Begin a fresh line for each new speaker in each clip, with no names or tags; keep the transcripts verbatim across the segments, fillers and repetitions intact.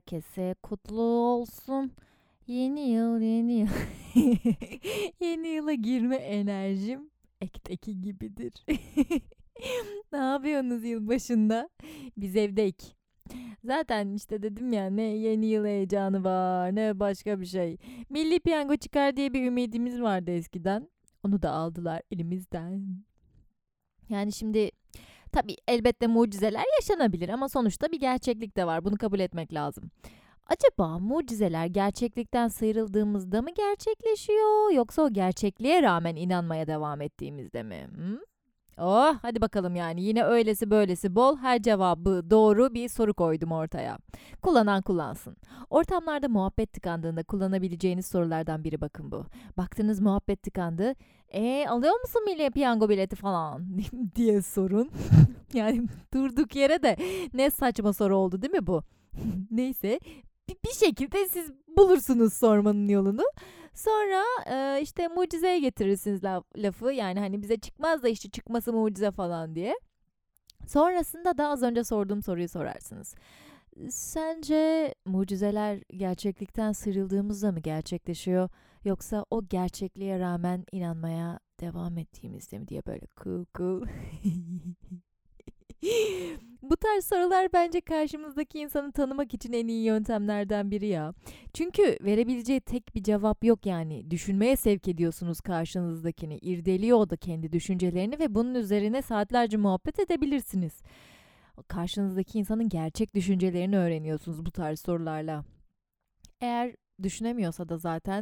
herkese kutlu olsun. Yeni yıl, yeni yıl. Yeni yıla girme enerjim ekteki gibidir. Ne yapıyorsunuz yılbaşında? Biz evdeyik. Zaten işte dedim ya, ne yeni yıl heyecanı var ne başka bir şey. Milli Piyango çıkar diye bir ümidimiz vardı eskiden. Onu da aldılar elimizden. Yani şimdi tabii elbette mucizeler yaşanabilir ama sonuçta bir gerçeklik de var. Bunu kabul etmek lazım. Acaba mucizeler gerçeklikten sıyrıldığımızda mı gerçekleşiyor, yoksa o gerçekliğe rağmen inanmaya devam ettiğimizde mi? Hı? Oh, hadi bakalım yani. Yine öylesi böylesi bol, her cevabı doğru bir soru koydum ortaya. Kullanan kullansın. Ortamlarda muhabbet tıkandığında kullanabileceğiniz sorulardan biri bakın bu. Baktınız muhabbet tıkandı. E alıyor musun milli piyango bileti falan diye sorun. Yani durduk yere de ne saçma soru oldu değil mi bu? Neyse, bir, bir şekilde siz bulursunuz sormanın yolunu. Sonra e, işte mucizeye getirirsiniz la- lafı. Yani hani bize çıkmaz da işte çıkması mucize falan diye. Sonrasında da az önce sorduğum soruyu sorarsınız. Sence mucizeler gerçeklikten sıyrıldığımızda mı gerçekleşiyor, yoksa o gerçekliğe rağmen inanmaya devam ettiğimizde mi diye böyle cool cool. Bu tarz sorular bence karşımızdaki insanı tanımak için en iyi yöntemlerden biri ya. Çünkü verebileceği tek bir cevap yok yani. Düşünmeye sevk ediyorsunuz karşınızdakini. İrdeliyor o da kendi düşüncelerini ve bunun üzerine saatlerce muhabbet edebilirsiniz. Karşınızdaki insanın gerçek düşüncelerini öğreniyorsunuz bu tarz sorularla. Eğer düşünemiyorsa da zaten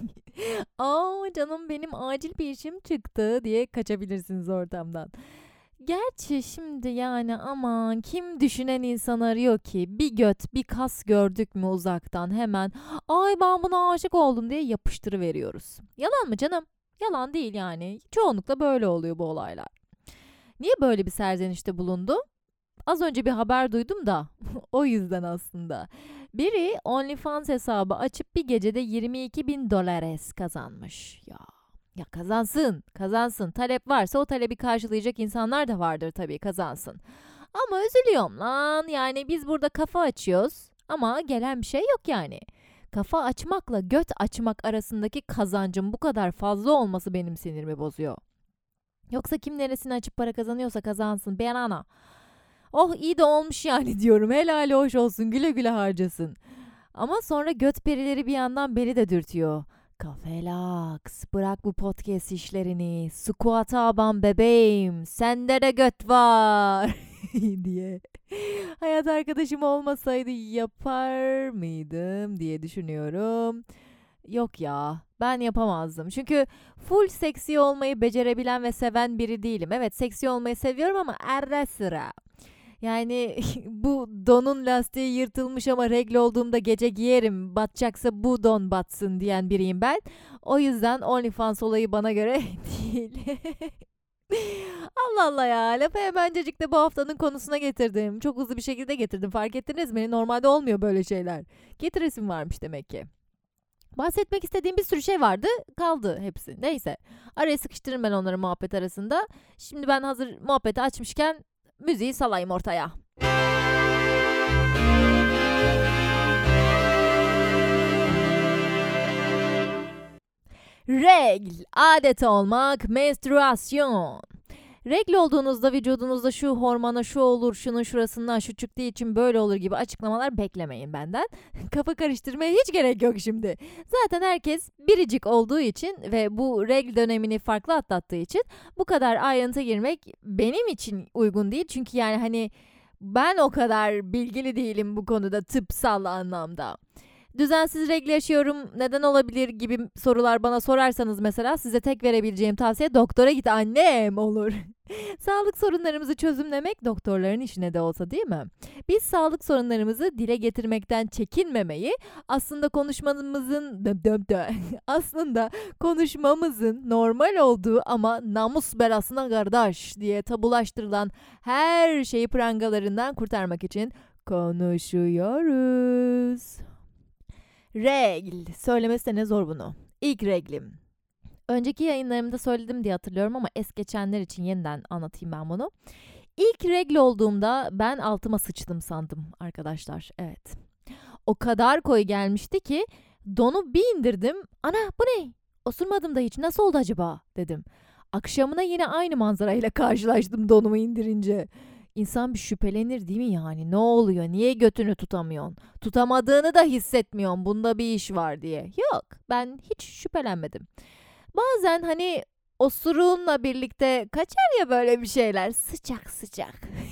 aa canım benim acil bir işim çıktı diye kaçabilirsiniz ortamdan. Gerçi şimdi yani aman kim düşünen insan arıyor ki? Bir göt bir kas gördük mü uzaktan hemen ay ben buna aşık oldum diye yapıştırıveriyoruz. Yalan mı canım? Yalan değil yani. Çoğunlukla böyle oluyor bu olaylar. Niye böyle bir serzenişte bulundum? Az önce bir haber duydum da o yüzden aslında. Biri OnlyFans hesabı açıp bir gecede yirmi iki bin dolares kazanmış. Ya ya kazansın, kazansın. Talep varsa o talebi karşılayacak insanlar da vardır tabii, kazansın. Ama üzülüyorum lan. Yani biz burada kafa açıyoruz ama gelen bir şey yok yani. Kafa açmakla göt açmak arasındaki kazancın bu kadar fazla olması benim sinirimi bozuyor. Yoksa kim neresini açıp para kazanıyorsa kazansın. Ben ana. Oh iyi de olmuş yani diyorum. Helali hoş olsun, güle güle harcasın. Ama sonra göt perileri bir yandan beni de dürtüyor. Kafelaks, bırak bu podcast işlerini. Squat'a aban bebeğim, sende de göt var diye. Hayat arkadaşım olmasaydı yapar mıydım diye düşünüyorum. Yok ya, ben yapamazdım. Çünkü full seksi olmayı becerebilen ve seven biri değilim. Evet, seksi olmayı seviyorum ama ara sıra. Yani bu donun lastiği yırtılmış ama regle olduğumda gece giyerim. Batacaksa bu don batsın diyen biriyim ben. O yüzden OnlyFans olayı bana göre değil. Allah Allah ya. Lafı hemencecik de bu haftanın konusuna getirdim. Çok hızlı bir şekilde getirdim. Fark ettiniz mi? Normalde olmuyor böyle şeyler. Getiresim varmış demek ki. Bahsetmek istediğim bir sürü şey vardı. Kaldı hepsi. Neyse. Araya sıkıştırırım ben onları muhabbet arasında. Şimdi ben hazır muhabbeti açmışken müziği salayım ortaya. Regl, adet olmak, menstruasyon. Regl olduğunuzda vücudunuzda şu hormona şu olur, şunun şurasından şu çıktığı için böyle olur gibi açıklamalar beklemeyin benden. Kafa karıştırmaya hiç gerek yok şimdi. Zaten herkes biricik olduğu için ve bu regl dönemini farklı atlattığı için bu kadar ayrıntı girmek benim için uygun değil. Çünkü yani hani ben o kadar bilgili değilim bu konuda tıpsal anlamda. Düzensiz regl yaşıyorum, neden olabilir gibi sorular bana sorarsanız mesela size tek verebileceğim tavsiye doktora git annem olur. Sağlık sorunlarımızı çözümlemek doktorların işine de olsa değil mi? Biz sağlık sorunlarımızı dile getirmekten çekinmemeyi, aslında konuşmamızın aslında konuşmamızın normal olduğu ama namus belasına kardeş diye tabulaştırılan her şeyi prangalarından kurtarmak için konuşuyoruz. Regl. Söylemesi de ne zor bunu. İlk reglim. Önceki yayınlarımda söyledim diye hatırlıyorum ama es geçenler için yeniden anlatayım ben bunu. İlk regl olduğumda ben altıma sıçtım sandım arkadaşlar. Evet. O kadar koyu gelmişti ki donu bir indirdim. Ana bu ne? Osurmadım da hiç. Nasıl oldu acaba dedim. Akşamına yine aynı manzarayla karşılaştım donumu indirince. İnsan bir şüphelenir değil mi yani? Ne oluyor? Niye götünü tutamıyorsun? Tutamadığını da hissetmiyorsun. Bunda bir iş var diye. Yok, ben hiç şüphelenmedim. Bazen hani osurunla birlikte kaçar ya böyle bir şeyler. Sıcak sıcak.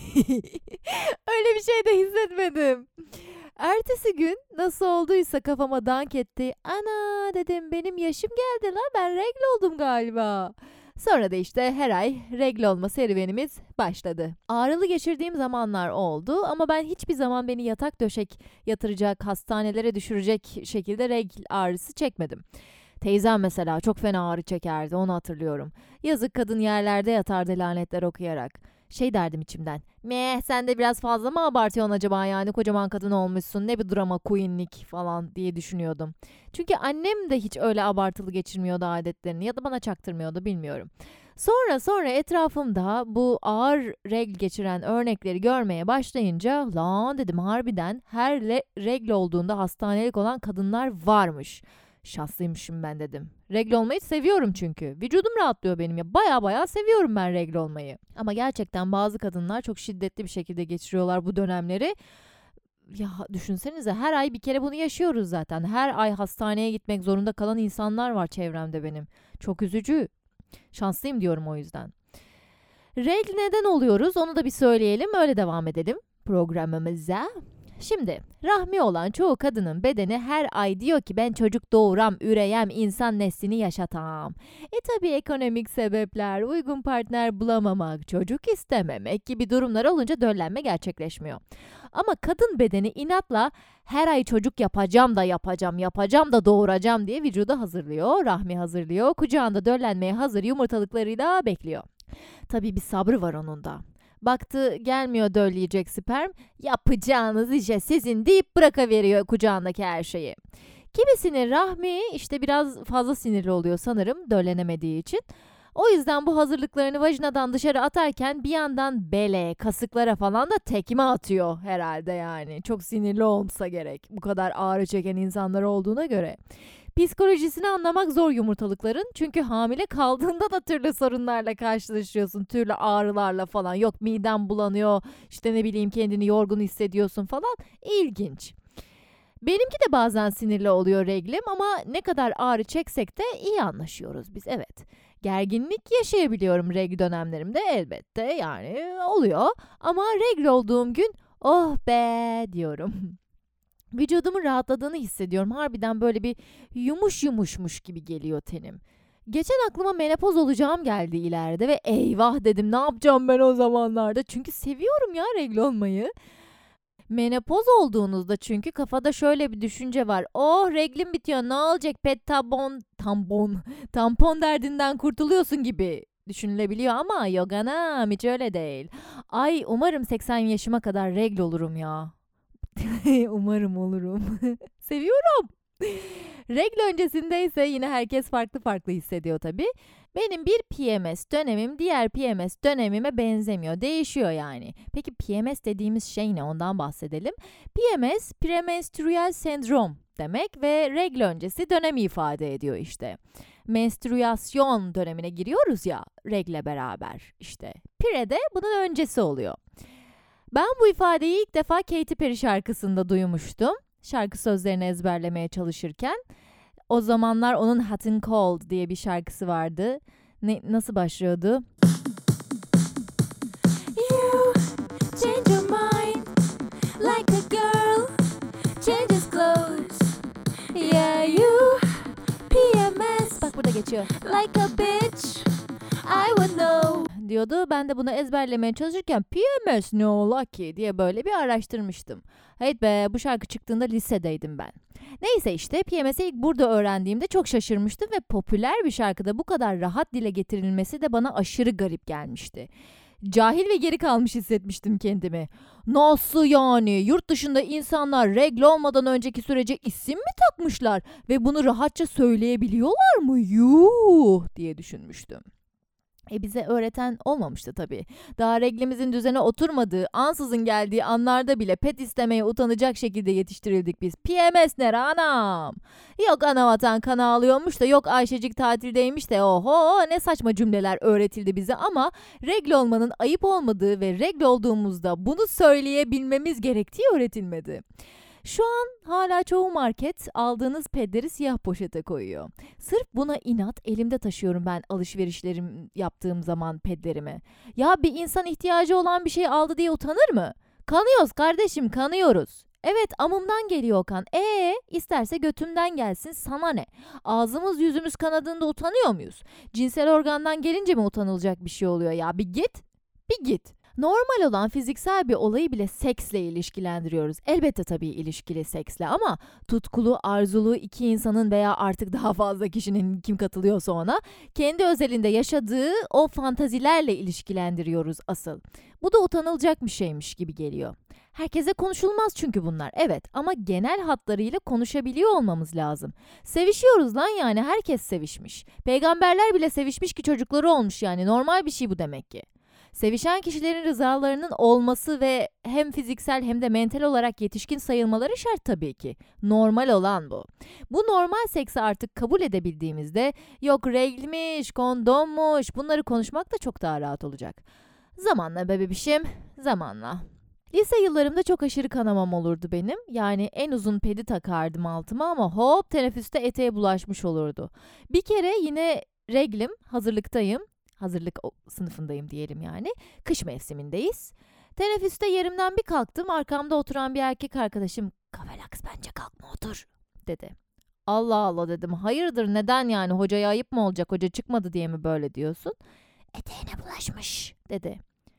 Öyle bir şey de hissetmedim. Ertesi gün nasıl olduysa kafama dank etti. Ana dedim, benim yaşım geldi la, ben regl oldum galiba. Sonra da işte her ay regl olma serüvenimiz başladı. Ağrılı geçirdiğim zamanlar oldu ama ben hiçbir zaman beni yatak döşek yatıracak, hastanelere düşürecek şekilde regl ağrısı çekmedim. Teyzem mesela çok fena ağrı çekerdi, onu hatırlıyorum. Yazık kadın yerlerde yatardı lanetler okuyarak. Şey derdim içimden. Meh, sen de biraz fazla mı abartıyorsun acaba, yani kocaman kadın olmuşsun, ne bir drama queenlik falan diye düşünüyordum. Çünkü annem de hiç öyle abartılı geçirmiyordu adetlerini ya da bana çaktırmıyordu, bilmiyorum. Sonra sonra etrafımda bu ağır regl geçiren örnekleri görmeye başlayınca lan dedim, harbiden her le- regl olduğunda hastanelik olan kadınlar varmış. Şanslıymışım ben dedim. Regl olmayı seviyorum çünkü. Vücudum rahatlıyor benim ya. Baya baya seviyorum ben regl olmayı. Ama gerçekten bazı kadınlar çok şiddetli bir şekilde geçiriyorlar bu dönemleri. Ya düşünsenize, her ay bir kere bunu yaşıyoruz zaten. Her ay hastaneye gitmek zorunda kalan insanlar var çevremde benim. Çok üzücü. Şanslıyım diyorum o yüzden. Regl neden oluyoruz onu da bir söyleyelim, öyle devam edelim programımıza. Şimdi rahmi olan çoğu kadının bedeni her ay diyor ki ben çocuk doğuram, üreyem, insan neslini yaşatam. E tabi ekonomik sebepler, uygun partner bulamamak, çocuk istememek gibi durumlar olunca döllenme gerçekleşmiyor. Ama kadın bedeni inatla her ay çocuk yapacağım da yapacağım, yapacağım da doğuracağım diye vücudu hazırlıyor, rahmi hazırlıyor, kucağında döllenmeye hazır yumurtalıklarıyla bekliyor. Tabii bir sabrı var onun da. Baktı gelmiyor dölleyecek sperm, yapacağınız işe sizin deyip bırakıveriyor kucağındaki her şeyi. Kimisinin rahmi işte biraz fazla sinirli oluyor sanırım döllenemediği için. O yüzden bu hazırlıklarını vajinadan dışarı atarken bir yandan bele, kasıklara falan da tekme atıyor herhalde yani. Çok sinirli olmasa gerek, bu kadar ağrı çeken insanlar olduğuna göre. Psikolojisini anlamak zor yumurtalıkların. Çünkü hamile kaldığında da türlü sorunlarla karşılaşıyorsun. Türlü ağrılarla falan. Yok miden bulanıyor, işte ne bileyim kendini yorgun hissediyorsun falan. İlginç. Benimki de bazen sinirli oluyor reglim ama ne kadar ağrı çeksek de iyi anlaşıyoruz biz, evet. Gerginlik yaşayabiliyorum regl dönemlerimde elbette, yani oluyor. Ama regl olduğum gün oh be diyorum. Vücudumun rahatladığını hissediyorum. Harbiden böyle bir yumuş yumuşmuş gibi geliyor tenim. Geçen aklıma menopoz olacağım geldi ileride ve eyvah dedim, ne yapacağım ben o zamanlarda? Çünkü seviyorum ya regl olmayı. Menopoz olduğunuzda çünkü kafada şöyle bir düşünce var. Oh reglim bitiyor, ne olacak, pet tampon, tampon, tampon derdinden kurtuluyorsun gibi düşünülebiliyor ama yok anam, hiç öyle değil. Ay umarım seksen yaşıma kadar regl olurum ya. Umarım olurum. Seviyorum. Regl öncesinde ise yine herkes farklı farklı hissediyor tabii. Benim bir P M S dönemim diğer P M S dönemime benzemiyor. Değişiyor yani. Peki P M S dediğimiz şey ne? Ondan bahsedelim. P M S, premenstrüel sendrom demek ve regl öncesi dönemi ifade ediyor işte. Menstrüasyon dönemine giriyoruz ya regle beraber işte. Pre de bunun öncesi oluyor. Ben bu ifadeyi ilk defa Katy Perry şarkısında duymuştum. Şarkı sözlerini ezberlemeye çalışırken. O zamanlar onun Hot and Cold diye bir şarkısı vardı. Ne, nasıl başlıyordu? You change your mind like a girl changes clothes. Yeah you P M S. Bak burada geçiyor. Like a bitch I would know diyordu. Ben de bunu ezberlemeye çalışırken P M S ne ola ki diye böyle bir araştırmıştım. Hayır be, bu şarkı çıktığında lisedeydim ben. Neyse işte P M S'i ilk burada öğrendiğimde çok şaşırmıştım ve popüler bir şarkıda bu kadar rahat dile getirilmesi de bana aşırı garip gelmişti. Cahil ve geri kalmış hissetmiştim kendimi. Nasıl yani? Yurt dışında insanlar regl olmadan önceki sürece isim mi takmışlar ve bunu rahatça söyleyebiliyorlar mı? Yuh diye düşünmüştüm. E bize öğreten olmamıştı tabii. Daha reglimizin düzene oturmadığı, ansızın geldiği anlarda bile pet istemeye utanacak şekilde yetiştirildik biz. P M S ne anam? Yok anavatan kan ağlıyormuş da yok Ayşecik tatildeymiş de oho ne saçma cümleler öğretildi bize ama regl olmanın ayıp olmadığı ve regl olduğumuzda bunu söyleyebilmemiz gerektiği öğretilmedi. Şu an hala çoğu market aldığınız pedleri siyah poşete koyuyor. Sırf buna inat elimde taşıyorum ben alışverişlerim yaptığım zaman pedlerimi. Ya bir insan ihtiyacı olan bir şey aldı diye utanır mı? Kanıyoruz kardeşim, kanıyoruz. Evet amımdan geliyor o kan. Ee, isterse götümden gelsin sana ne? Ağzımız yüzümüz kanadığında utanıyor muyuz? Cinsel organdan gelince mi utanılacak bir şey oluyor ya? Bir git, bir git. Normal olan fiziksel bir olayı bile seksle ilişkilendiriyoruz. Elbette tabii ilişkili seksle ama tutkulu, arzulu iki insanın veya artık daha fazla kişinin kim katılıyorsa ona kendi özelinde yaşadığı o fantazilerle ilişkilendiriyoruz asıl. Bu da utanılacak bir şeymiş gibi geliyor. Herkese konuşulmaz çünkü bunlar. Evet ama genel hatlarıyla konuşabiliyor olmamız lazım. Sevişiyoruz lan yani herkes sevişmiş. Peygamberler bile sevişmiş ki çocukları olmuş yani normal bir şey bu demek ki. Sevişen kişilerin rızalarının olması ve hem fiziksel hem de mental olarak yetişkin sayılmaları şart tabii ki. Normal olan bu. Bu normal seksi artık kabul edebildiğimizde yok reglmiş, kondommuş bunları konuşmak da çok daha rahat olacak. Zamanla be bebişim, zamanla. Lise yıllarımda çok aşırı kanamam olurdu benim. Yani en uzun pedi takardım altıma ama hop teneffüste eteğe bulaşmış olurdu. Bir kere yine reglim, hazırlıktayım. Hazırlık sınıfındayım diyelim yani. Kış mevsimindeyiz. Teneffüste yerimden bir kalktım. Arkamda oturan bir erkek arkadaşım "Kavelaks bence kalkma otur" dedi. Allah Allah dedim. Hayırdır neden yani hocaya ayıp mı olacak? Hoca çıkmadı diye mi böyle diyorsun? Eteğine bulaşmış dedi.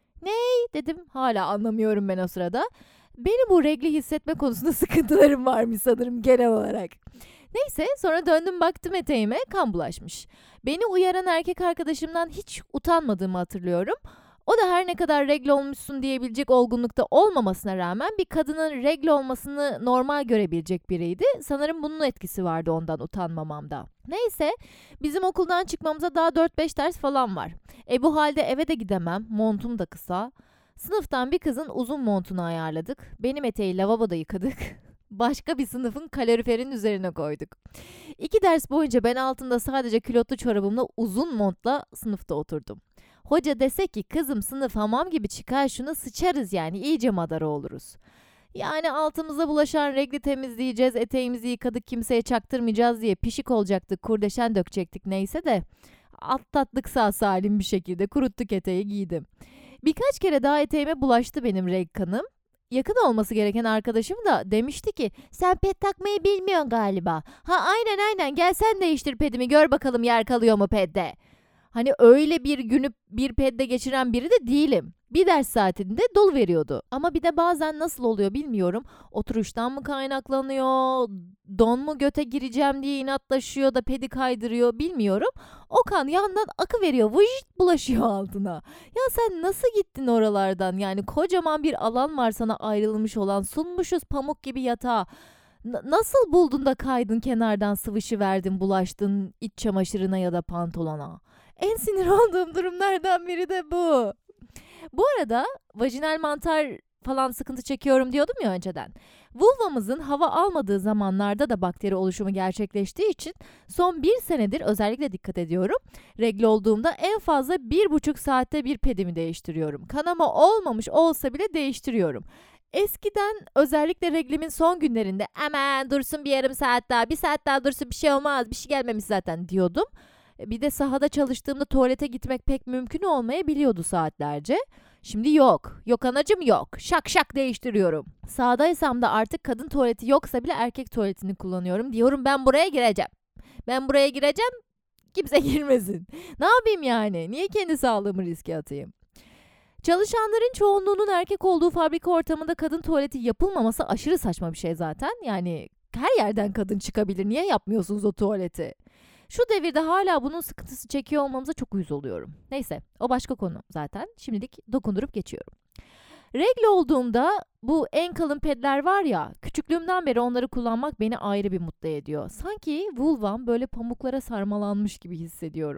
Ney dedim. Hala anlamıyorum ben o sırada. Beni bu regli hissetme konusunda sıkıntılarım varmış sanırım genel olarak. Neyse sonra döndüm baktım eteğime kan bulaşmış. Beni uyaran erkek arkadaşımdan hiç utanmadığımı hatırlıyorum. O da her ne kadar regl olmuşsun diyebilecek olgunlukta olmamasına rağmen bir kadının regl olmasını normal görebilecek biriydi. Sanırım bunun etkisi vardı ondan utanmamamda. Neyse bizim okuldan çıkmamıza daha dört beş ders falan var. E bu halde eve de gidemem, montum da kısa. Sınıftan bir kızın uzun montunu ayarladık. Benim eteği lavaboda yıkadık. Başka bir sınıfın kaloriferin üzerine koyduk. İki ders boyunca ben altında sadece külotlu çorabımla uzun montla sınıfta oturdum. Hoca dese ki kızım sınıf hamam gibi çıkar şunu sıçarız yani iyice madara oluruz. Yani altımıza bulaşan regli temizleyeceğiz, eteğimizi yıkadık kimseye çaktırmayacağız diye pişik olacaktık, kurdeşen dökecektik neyse de atlattık sağ salim bir şekilde kuruttuk eteği giydim. Birkaç kere daha eteğime bulaştı benim reg kanım. Yakın olması gereken arkadaşım da demişti ki sen ped takmayı bilmiyorsun galiba. Ha aynen aynen gel sen değiştir pedimi gör bakalım yer kalıyor mu pedde. Hani öyle bir günü bir pedde geçiren biri de değilim. Bir ders saatinde dolu veriyordu. Ama bir de bazen nasıl oluyor bilmiyorum. Oturuştan mı kaynaklanıyor, don mu göte gireceğim diye inatlaşıyor da pedi kaydırıyor bilmiyorum. O kan yandan akı veriyor, vıjt bulaşıyor altına. Ya sen nasıl gittin oralardan? Yani kocaman bir alan var sana ayrılmış olan, sunmuşuz pamuk gibi yatağa. N- nasıl buldun da kaydın kenardan sıvışıverdin, bulaştın iç çamaşırına ya da pantolona? En sinir olduğum durumlardan biri de bu. Bu arada vajinal mantar falan sıkıntı çekiyorum diyordum ya önceden. Vulvamızın hava almadığı zamanlarda da bakteri oluşumu gerçekleştiği için son bir senedir özellikle dikkat ediyorum. Regl olduğumda en fazla bir buçuk saatte bir pedimi değiştiriyorum. Kanama olmamış olsa bile değiştiriyorum. Eskiden özellikle reglimin son günlerinde aman dursun bir yarım saat daha, bir saat daha dursun bir şey olmaz, bir şey gelmemiş zaten diyordum. Bir de sahada çalıştığımda tuvalete gitmek pek mümkün olmayabiliyordu saatlerce. Şimdi yok. Yok anacım yok. Şak şak değiştiriyorum. Sahadaysam da artık kadın tuvaleti yoksa bile erkek tuvaletini kullanıyorum. Diyorum ben buraya gireceğim. Ben buraya gireceğim. Kimse girmesin. Ne yapayım yani? Niye kendi sağlığımı riske atayım? Çalışanların çoğunluğunun erkek olduğu fabrika ortamında kadın tuvaleti yapılmaması aşırı saçma bir şey zaten. Yani her yerden kadın çıkabilir. Niye yapmıyorsunuz o tuvaleti? Şu devirde hala bunun sıkıntısı çekiyor olmamıza çok uyuz oluyorum. Neyse o başka konu zaten. Şimdilik dokundurup geçiyorum. Regl olduğumda bu en kalın pedler var ya, küçüklüğümden beri onları kullanmak beni ayrı bir mutlu ediyor. Sanki vulvam böyle pamuklara sarmalanmış gibi hissediyorum.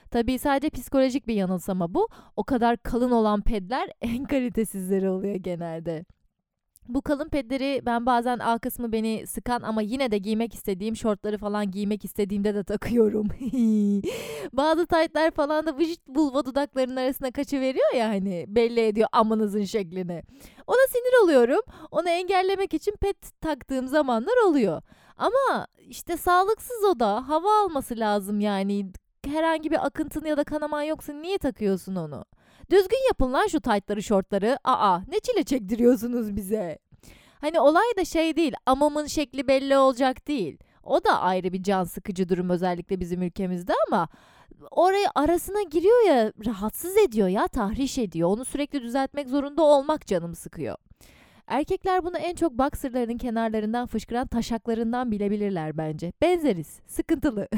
Tabii sadece psikolojik bir yanılsama bu. O kadar kalın olan pedler en kalitesizleri oluyor genelde. Bu kalın pedleri ben bazen A kısmı beni sıkan ama yine de giymek istediğim şortları falan giymek istediğimde de takıyorum. Bazı taytlar falan da vıcıt vulva dudaklarının arasına kaçıveriyor ya, hani belli ediyor amınızın şeklini. Ona sinir oluyorum. Onu engellemek için pet taktığım zamanlar oluyor. Ama işte sağlıksız o da. Hava alması lazım yani. Herhangi bir akıntın ya da kanaman yoksa niye takıyorsun onu? Düzgün yapın lan şu taytları, şortları. Aa, ne çile çektiriyorsunuz bize? Hani olay da şey değil, amamın şekli belli olacak değil. O da ayrı bir can sıkıcı durum özellikle bizim ülkemizde ama oraya arasına giriyor ya, rahatsız ediyor ya, tahriş ediyor. Onu sürekli düzeltmek zorunda olmak canım sıkıyor. Erkekler bunu en çok boxerlarının kenarlarından fışkıran taşaklarından bilebilirler bence. Benzeriz, sıkıntılı.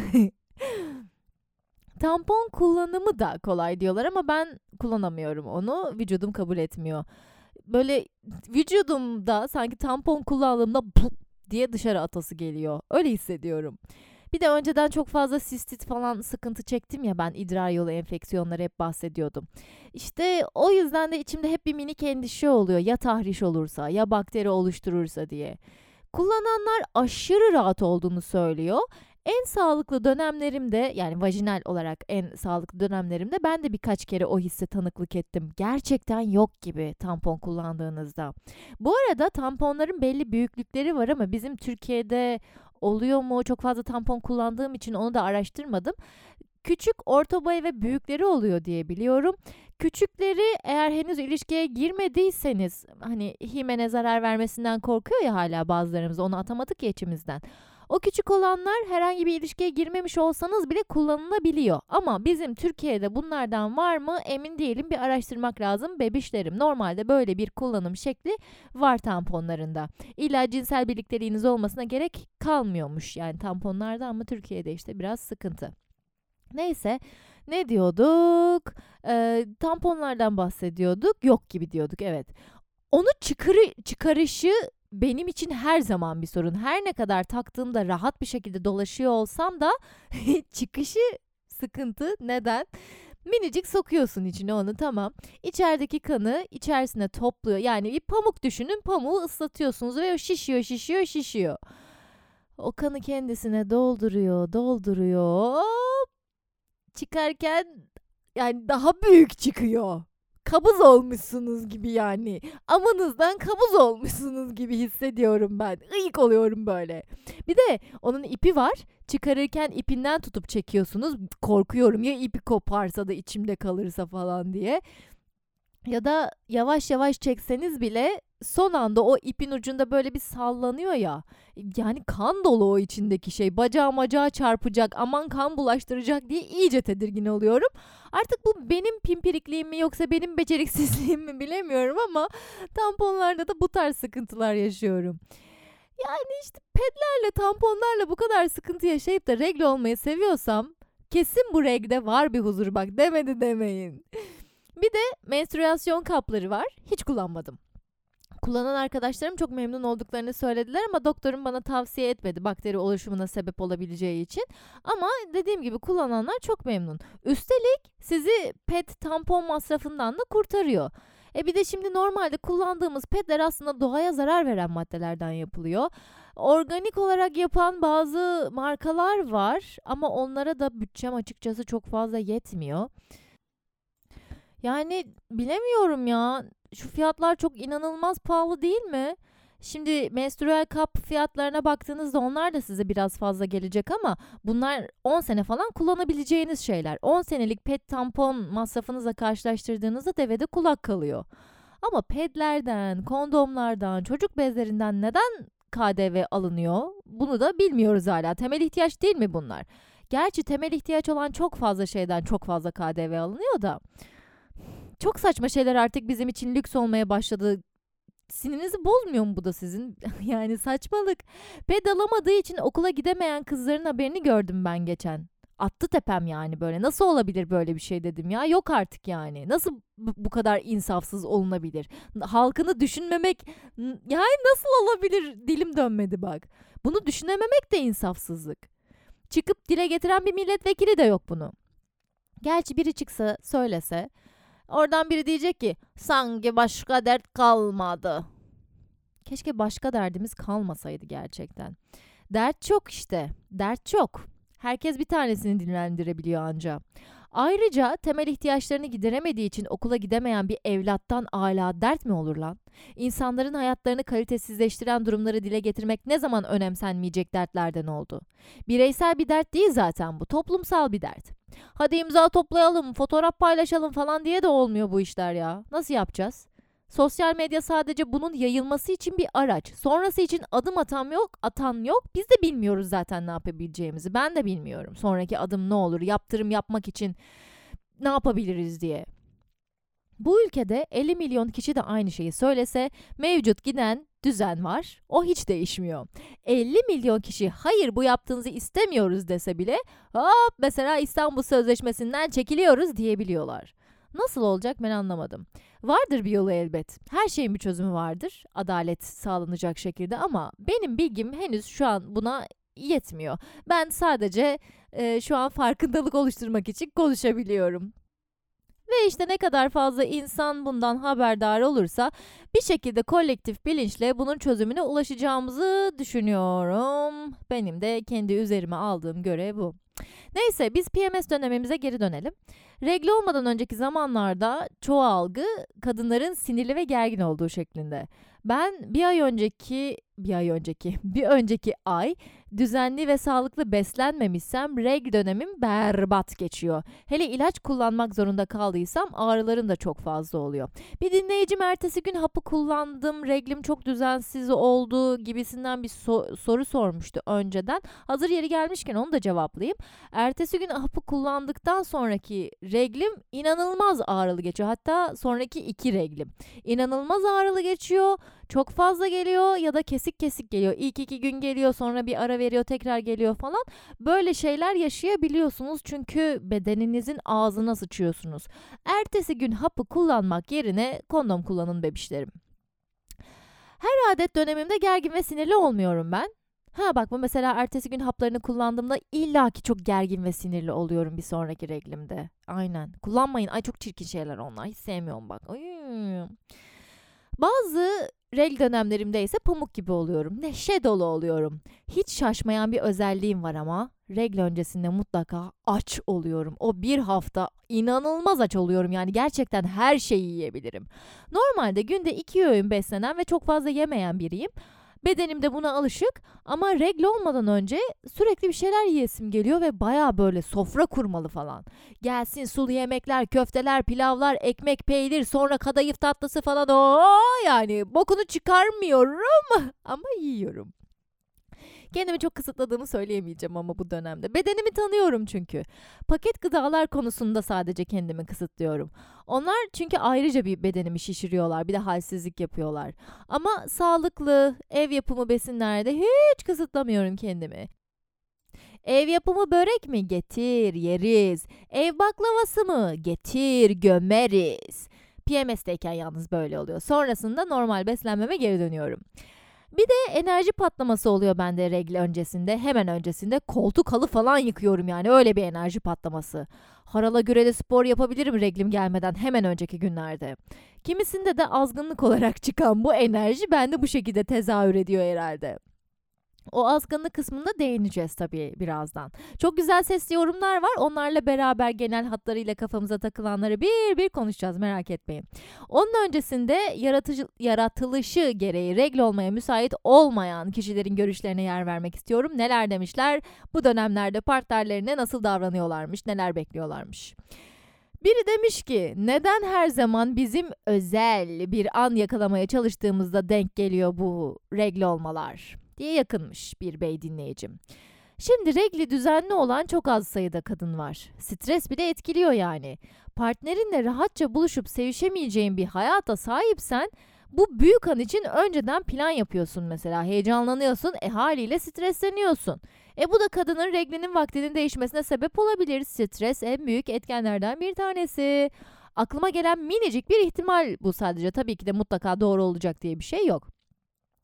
Tampon kullanımı da kolay diyorlar ama ben kullanamıyorum onu. Vücudum kabul etmiyor. Böyle vücudumda sanki tampon kullandığımda blup diye dışarı atası geliyor. Öyle hissediyorum. Bir de önceden çok fazla sistit falan sıkıntı çektim ya, ben idrar yolu enfeksiyonları hep bahsediyordum. İşte o yüzden de içimde hep bir minik endişe oluyor. Ya tahriş olursa, ya bakteri oluşturursa diye. Kullananlar aşırı rahat olduğunu söylüyor. En sağlıklı dönemlerimde, yani vajinal olarak en sağlıklı dönemlerimde ben de birkaç kere o hisse tanıklık ettim. Gerçekten yok gibi tampon kullandığınızda. Bu arada tamponların belli büyüklükleri var ama bizim Türkiye'de oluyor mu? Çok fazla tampon kullandığım için onu da araştırmadım. Küçük, orta boy ve büyükleri oluyor diye biliyorum. Küçükleri eğer henüz ilişkiye girmediyseniz, hani himene zarar vermesinden korkuyor ya hala bazılarımız, onu atamadık ya içimizden. O küçük olanlar herhangi bir ilişkiye girmemiş olsanız bile kullanılabiliyor. Ama bizim Türkiye'de bunlardan var mı emin değilim, bir araştırmak lazım bebişlerim. Normalde böyle bir kullanım şekli var tamponlarında. İlla cinsel birlikteliğiniz olmasına gerek kalmıyormuş yani tamponlarda, ama Türkiye'de işte biraz sıkıntı. Neyse, ne diyorduk? Ee, tamponlardan bahsediyorduk. Yok gibi diyorduk, evet. Onu çıkarı, çıkarışı benim için her zaman bir sorun. Her ne kadar taktığımda rahat bir şekilde dolaşıyor olsam da çıkışı sıkıntı. Neden? Minicik sokuyorsun içine onu, tamam. İçerideki kanı içerisine topluyor. Yani bir pamuk düşünün, pamuğu ıslatıyorsunuz ve o şişiyor, şişiyor, şişiyor. O kanı kendisine dolduruyor, dolduruyor. Çıkarken yani daha büyük çıkıyor. Kabız olmuşsunuz gibi yani. Amanızdan kabız olmuşsunuz gibi hissediyorum ben. Iyik oluyorum böyle. Bir de onun ipi var. Çıkarırken ipinden tutup çekiyorsunuz. Korkuyorum ya ipi koparsa da içimde kalırsa falan diye. Ya da yavaş yavaş çekseniz bile son anda o ipin ucunda böyle bir sallanıyor ya. Yani kan dolu o içindeki şey. Bacağı macağı çarpacak, aman kan bulaştıracak diye iyice tedirgin oluyorum. Artık bu benim pimpirikliğim mi yoksa benim beceriksizliğim mi bilemiyorum ama tamponlarda da bu tarz sıkıntılar yaşıyorum. Yani işte pedlerle, tamponlarla bu kadar sıkıntı yaşayıp da regle olmayı seviyorsam kesin bu regle var bir huzur, bak demedi demeyin. Bir de menstrüasyon kapları var. Hiç kullanmadım. Kullanan arkadaşlarım çok memnun olduklarını söylediler ama doktorum bana tavsiye etmedi bakteri oluşumuna sebep olabileceği için. Ama dediğim gibi kullananlar çok memnun. Üstelik sizi pet tampon masrafından da kurtarıyor. E bir de şimdi normalde kullandığımız petler aslında doğaya zarar veren maddelerden yapılıyor. Organik olarak yapan bazı markalar var ama onlara da bütçem açıkçası çok fazla yetmiyor. Yani bilemiyorum ya. Şu fiyatlar çok inanılmaz pahalı değil mi? Şimdi menstrual kap fiyatlarına baktığınızda onlar da size biraz fazla gelecek ama bunlar on sene falan kullanabileceğiniz şeyler. on senelik pet tampon masrafınızla karşılaştırdığınızda devede kulak kalıyor. Ama pedlerden, kondomlardan, çocuk bezlerinden neden K D V alınıyor? Bunu da bilmiyoruz hala. Temel ihtiyaç değil mi bunlar? Gerçi temel ihtiyaç olan çok fazla şeyden çok fazla K D V alınıyor da. Çok saçma şeyler artık bizim için lüks olmaya başladı. Sinirinizi bozmuyor mu bu da sizin? Yani saçmalık. Ped alamadığı için okula gidemeyen kızların haberini gördüm ben geçen. Attı tepem yani böyle. Nasıl olabilir böyle bir şey dedim ya. Yok artık yani. Nasıl bu, bu kadar insafsız olunabilir? Halkını düşünmemek yani nasıl olabilir? Dilim dönmedi bak. Bunu düşünememek de insafsızlık. Çıkıp dile getiren bir milletvekili de yok bunu. Gerçi biri çıksa söylese, oradan biri diyecek ki sanki başka dert kalmadı. Keşke başka derdimiz kalmasaydı gerçekten. Dert çok işte, dert çok. Herkes bir tanesini dinlendirebiliyor anca. Ayrıca temel ihtiyaçlarını gideremediği için okula gidemeyen bir evlattan âlâ dert mi olur lan? İnsanların hayatlarını kalitesizleştiren durumları dile getirmek ne zaman önemsenmeyecek dertlerden oldu? Bireysel bir dert değil zaten bu, toplumsal bir dert. Hadi imza toplayalım, fotoğraf paylaşalım falan diye de olmuyor bu işler ya. Nasıl yapacağız? Sosyal medya sadece bunun yayılması için bir araç. Sonrası için adım atan yok, atan yok. Biz de bilmiyoruz zaten ne yapabileceğimizi. Ben de bilmiyorum. Sonraki adım ne olur? Yaptırım yapmak için ne yapabiliriz diye. Bu ülkede elli milyon kişi de aynı şeyi söylese mevcut giden düzen var. O hiç değişmiyor. elli milyon kişi hayır bu yaptığınızı istemiyoruz dese bile hop mesela İstanbul Sözleşmesi'nden çekiliyoruz diyebiliyorlar. Nasıl olacak ben anlamadım. Vardır bir yolu elbet. Her şeyin bir çözümü vardır. Adalet sağlanacak şekilde ama benim bilgim henüz şu an buna yetmiyor. Ben sadece e, şu an farkındalık oluşturmak için konuşabiliyorum. Ve işte ne kadar fazla insan bundan haberdar olursa bir şekilde kolektif bilinçle bunun çözümüne ulaşacağımızı düşünüyorum. Benim de kendi üzerime aldığım görev bu. Neyse biz P M S dönemimize geri dönelim. Regl olmadan önceki zamanlarda çoğu algı kadınların sinirli ve gergin olduğu şeklinde. Ben bir ay önceki, bir ay önceki, bir önceki ay düzenli ve sağlıklı beslenmemişsem regl dönemim berbat geçiyor. Hele ilaç kullanmak zorunda kaldıysam ağrılarım da çok fazla oluyor. Bir dinleyicim ertesi gün hapı kullandım, reglim çok düzensiz oldu gibisinden bir so- soru sormuştu önceden. Hazır yeri gelmişken onu da cevaplayayım. Ertesi gün hapı kullandıktan sonraki reglim inanılmaz ağrılı geçiyor. Hatta sonraki iki reglim. İnanılmaz ağrılı geçiyor. Çok fazla geliyor ya da kesik kesik geliyor. İlk iki gün geliyor, sonra bir ara veriyor, tekrar geliyor falan. Böyle şeyler yaşayabiliyorsunuz çünkü bedeninizin ağzına sıçıyorsunuz. Ertesi gün hapı kullanmak yerine kondom kullanın bebişlerim. Her adet dönemimde gergin ve sinirli olmuyorum ben. Ha bak bu mesela ertesi gün haplarını kullandığımda illaki çok gergin ve sinirli oluyorum bir sonraki reglimde. Aynen. Kullanmayın. Ay çok çirkin şeyler onlar. Hiç sevmiyorum bak. Ay. Bazı regl dönemlerimde ise pamuk gibi oluyorum. Neşe dolu oluyorum. Hiç şaşmayan bir özelliğim var ama regl öncesinde mutlaka aç oluyorum. O bir hafta inanılmaz aç oluyorum. Yani gerçekten her şeyi yiyebilirim. Normalde günde iki öğün beslenen ve çok fazla yemeyen biriyim. Bedenim de buna alışık ama regl olmadan önce sürekli bir şeyler yiyesim geliyor ve baya böyle sofra kurmalı falan. Gelsin sulu yemekler, köfteler, pilavlar, ekmek, peynir, sonra kadayıf tatlısı falan o yani bokunu çıkarmıyorum ama yiyorum. Kendimi çok kısıtladığımı söyleyemeyeceğim ama bu dönemde. Bedenimi tanıyorum çünkü. Paket gıdalar konusunda sadece kendimi kısıtlıyorum. Onlar çünkü ayrıca bir bedenimi şişiriyorlar. Bir de halsizlik yapıyorlar. Ama sağlıklı, ev yapımı besinlerde hiç kısıtlamıyorum kendimi. Ev yapımı börek mi? Getir, yeriz. Ev baklavası mı? Getir, gömeriz. P M S'teyken yalnız böyle oluyor. Sonrasında normal beslenmeme geri dönüyorum. Bir de enerji patlaması oluyor bende regl öncesinde. Hemen öncesinde koltuk halı falan yıkıyorum yani öyle bir enerji patlaması. Harala göre de spor yapabilirim reglim gelmeden hemen önceki günlerde. Kimisinde de azgınlık olarak çıkan bu enerji bende bu şekilde tezahür ediyor herhalde. O azgınlık kısmında değineceğiz tabii birazdan. Çok güzel sesli yorumlar var. Onlarla beraber genel hatlarıyla kafamıza takılanları bir bir konuşacağız merak etmeyin. Onun öncesinde yaratıcı, yaratılışı gereği regl olmaya müsait olmayan kişilerin görüşlerine yer vermek istiyorum. Neler demişler? Bu dönemlerde partnerlerine nasıl davranıyorlarmış? Neler bekliyorlarmış? Biri demiş ki neden her zaman bizim özel bir an yakalamaya çalıştığımızda denk geliyor bu regl olmalar diye yakınmış bir bey dinleyicim. Şimdi regli düzenli olan çok az sayıda kadın var. Stres bile etkiliyor yani. Partnerinle rahatça buluşup sevişemeyeceğin bir hayata sahipsen bu büyük an için önceden plan yapıyorsun mesela. Heyecanlanıyorsun, e haliyle stresleniyorsun. E bu da kadının reglinin vaktinin değişmesine sebep olabilir. Stres en büyük etkenlerden bir tanesi. Aklıma gelen minicik bir ihtimal bu sadece. Tabii ki de mutlaka doğru olacak diye bir şey yok.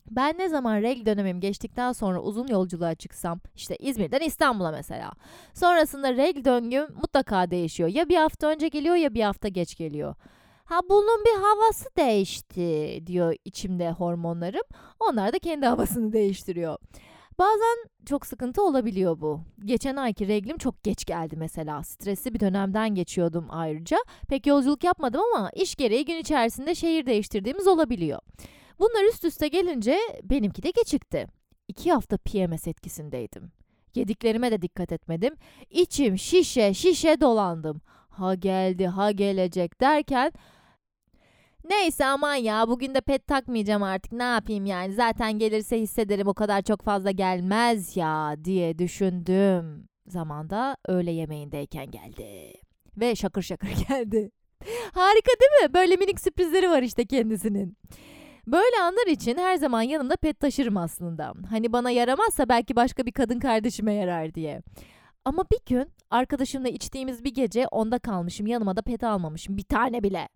Ben ne zaman regl dönemim geçtikten sonra uzun yolculuğa çıksam, işte İzmir'den İstanbul'a mesela. Sonrasında regl döngüm mutlaka değişiyor. Ya bir hafta önce geliyor ya bir hafta geç geliyor. Ha bunun bir havası değişti diyor içimde hormonlarım. Onlar da kendi havasını değiştiriyor. Bazen çok sıkıntı olabiliyor bu. Geçen ayki reglim çok geç geldi mesela. Stresli bir dönemden geçiyordum ayrıca. Pek yolculuk yapmadım ama iş gereği gün içerisinde şehir değiştirdiğimiz olabiliyor. Bunlar üst üste gelince benimki de gecikti. İki hafta P M S etkisindeydim. Yediklerime de dikkat etmedim. İçim şişe şişe dolandım. Ha geldi ha gelecek derken neyse aman ya bugün de pet takmayacağım artık ne yapayım yani zaten gelirse hissederim o kadar çok fazla gelmez ya diye düşündüm. Zamanda öğle yemeğindeyken geldi. Ve şakır şakır geldi. Harika değil mi? Böyle minik sürprizleri var işte kendisinin. Böyle anlar için her zaman yanımda pet taşırım aslında. Hani bana yaramazsa belki başka bir kadın kardeşime yarar diye. Ama bir gün arkadaşımla içtiğimiz bir gece onda kalmışım. Yanıma da pet almamışım. Bir tane bile.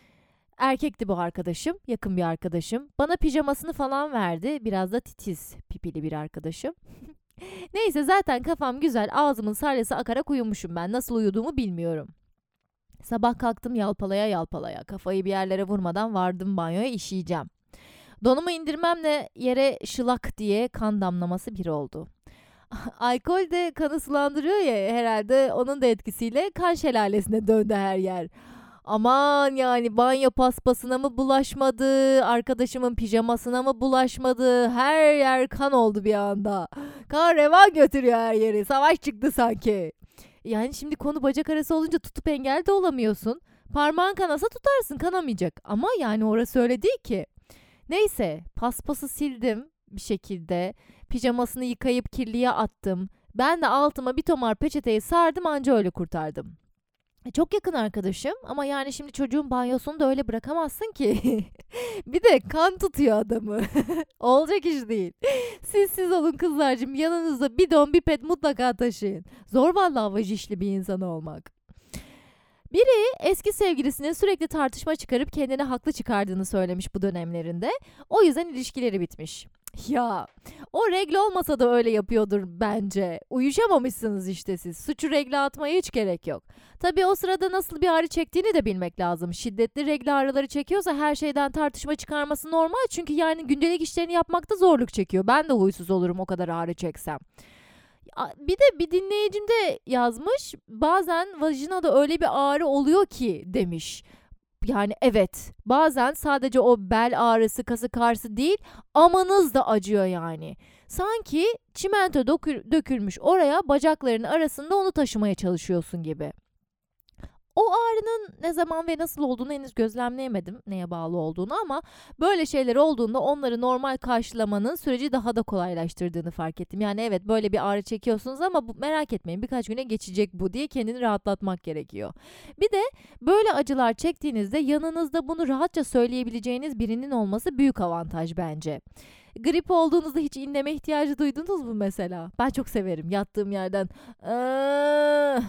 Erkekti bu arkadaşım. Yakın bir arkadaşım. Bana pijamasını falan verdi. Biraz da titiz pipili bir arkadaşım. Neyse zaten kafam güzel. Ağzımın salyası akarak uyumuşum ben. Nasıl uyuduğumu bilmiyorum. Sabah kalktım yalpalaya yalpalaya. Kafayı bir yerlere vurmadan vardım banyoya işeyeceğim. Donumu indirmemle yere şılak diye kan damlaması bir oldu. Alkol de kanı sulandırıyor ya herhalde onun da etkisiyle kan şelalesine döndü her yer. Aman yani banyo paspasına mı bulaşmadı, arkadaşımın pijamasına mı bulaşmadı, her yer kan oldu bir anda. Kan revan götürüyor her yeri, savaş çıktı sanki. Yani şimdi konu bacak arası olunca tutup engel de olamıyorsun. Parmağın kanasa tutarsın kanamayacak ama yani orası öyle değil ki. Neyse paspası sildim bir şekilde. Pijamasını yıkayıp kirliye attım. Ben de altıma bir tomar peçeteyi sardım anca öyle kurtardım. E, Çok yakın arkadaşım ama yani şimdi çocuğun banyosunu da öyle bırakamazsın ki. Bir de kan tutuyor adamı. Olacak iş değil. Siz siz olun kızlarcığım yanınızda bidon bir pet mutlaka taşıyın. Zor vallahi vajişli bir insan olmak. Biri eski sevgilisine sürekli tartışma çıkarıp kendini haklı çıkardığını söylemiş bu dönemlerinde. O yüzden ilişkileri bitmiş. Ya o regl olmasa da öyle yapıyordur bence. Uyuşamamışsınız işte siz. Suçu regle atmaya hiç gerek yok. Tabii o sırada nasıl bir ağrı çektiğini de bilmek lazım. Şiddetli regl ağrıları çekiyorsa her şeyden tartışma çıkarması normal. Çünkü yani gündelik işlerini yapmakta zorluk çekiyor. Ben de huysuz olurum o kadar ağrı çeksem. A- Bir de bir dinleyicim de yazmış. Bazen vajinada öyle bir ağrı oluyor ki demiş. Yani evet bazen sadece o bel ağrısı kasık ağrısı değil amanız da acıyor yani. Sanki çimento dökül- dökülmüş oraya bacakların arasında onu taşımaya çalışıyorsun gibi. O ağrının ne zaman ve nasıl olduğunu henüz gözlemleyemedim neye bağlı olduğunu ama böyle şeyler olduğunda onları normal karşılamanın süreci daha da kolaylaştırdığını fark ettim. Yani evet böyle bir ağrı çekiyorsunuz ama bu, merak etmeyin birkaç güne geçecek bu diye kendini rahatlatmak gerekiyor. Bir de böyle acılar çektiğinizde yanınızda bunu rahatça söyleyebileceğiniz birinin olması büyük avantaj bence. Grip olduğunuzda hiç inleme ihtiyacı duydunuz mu mesela? Ben çok severim yattığım yerden. "Iıı,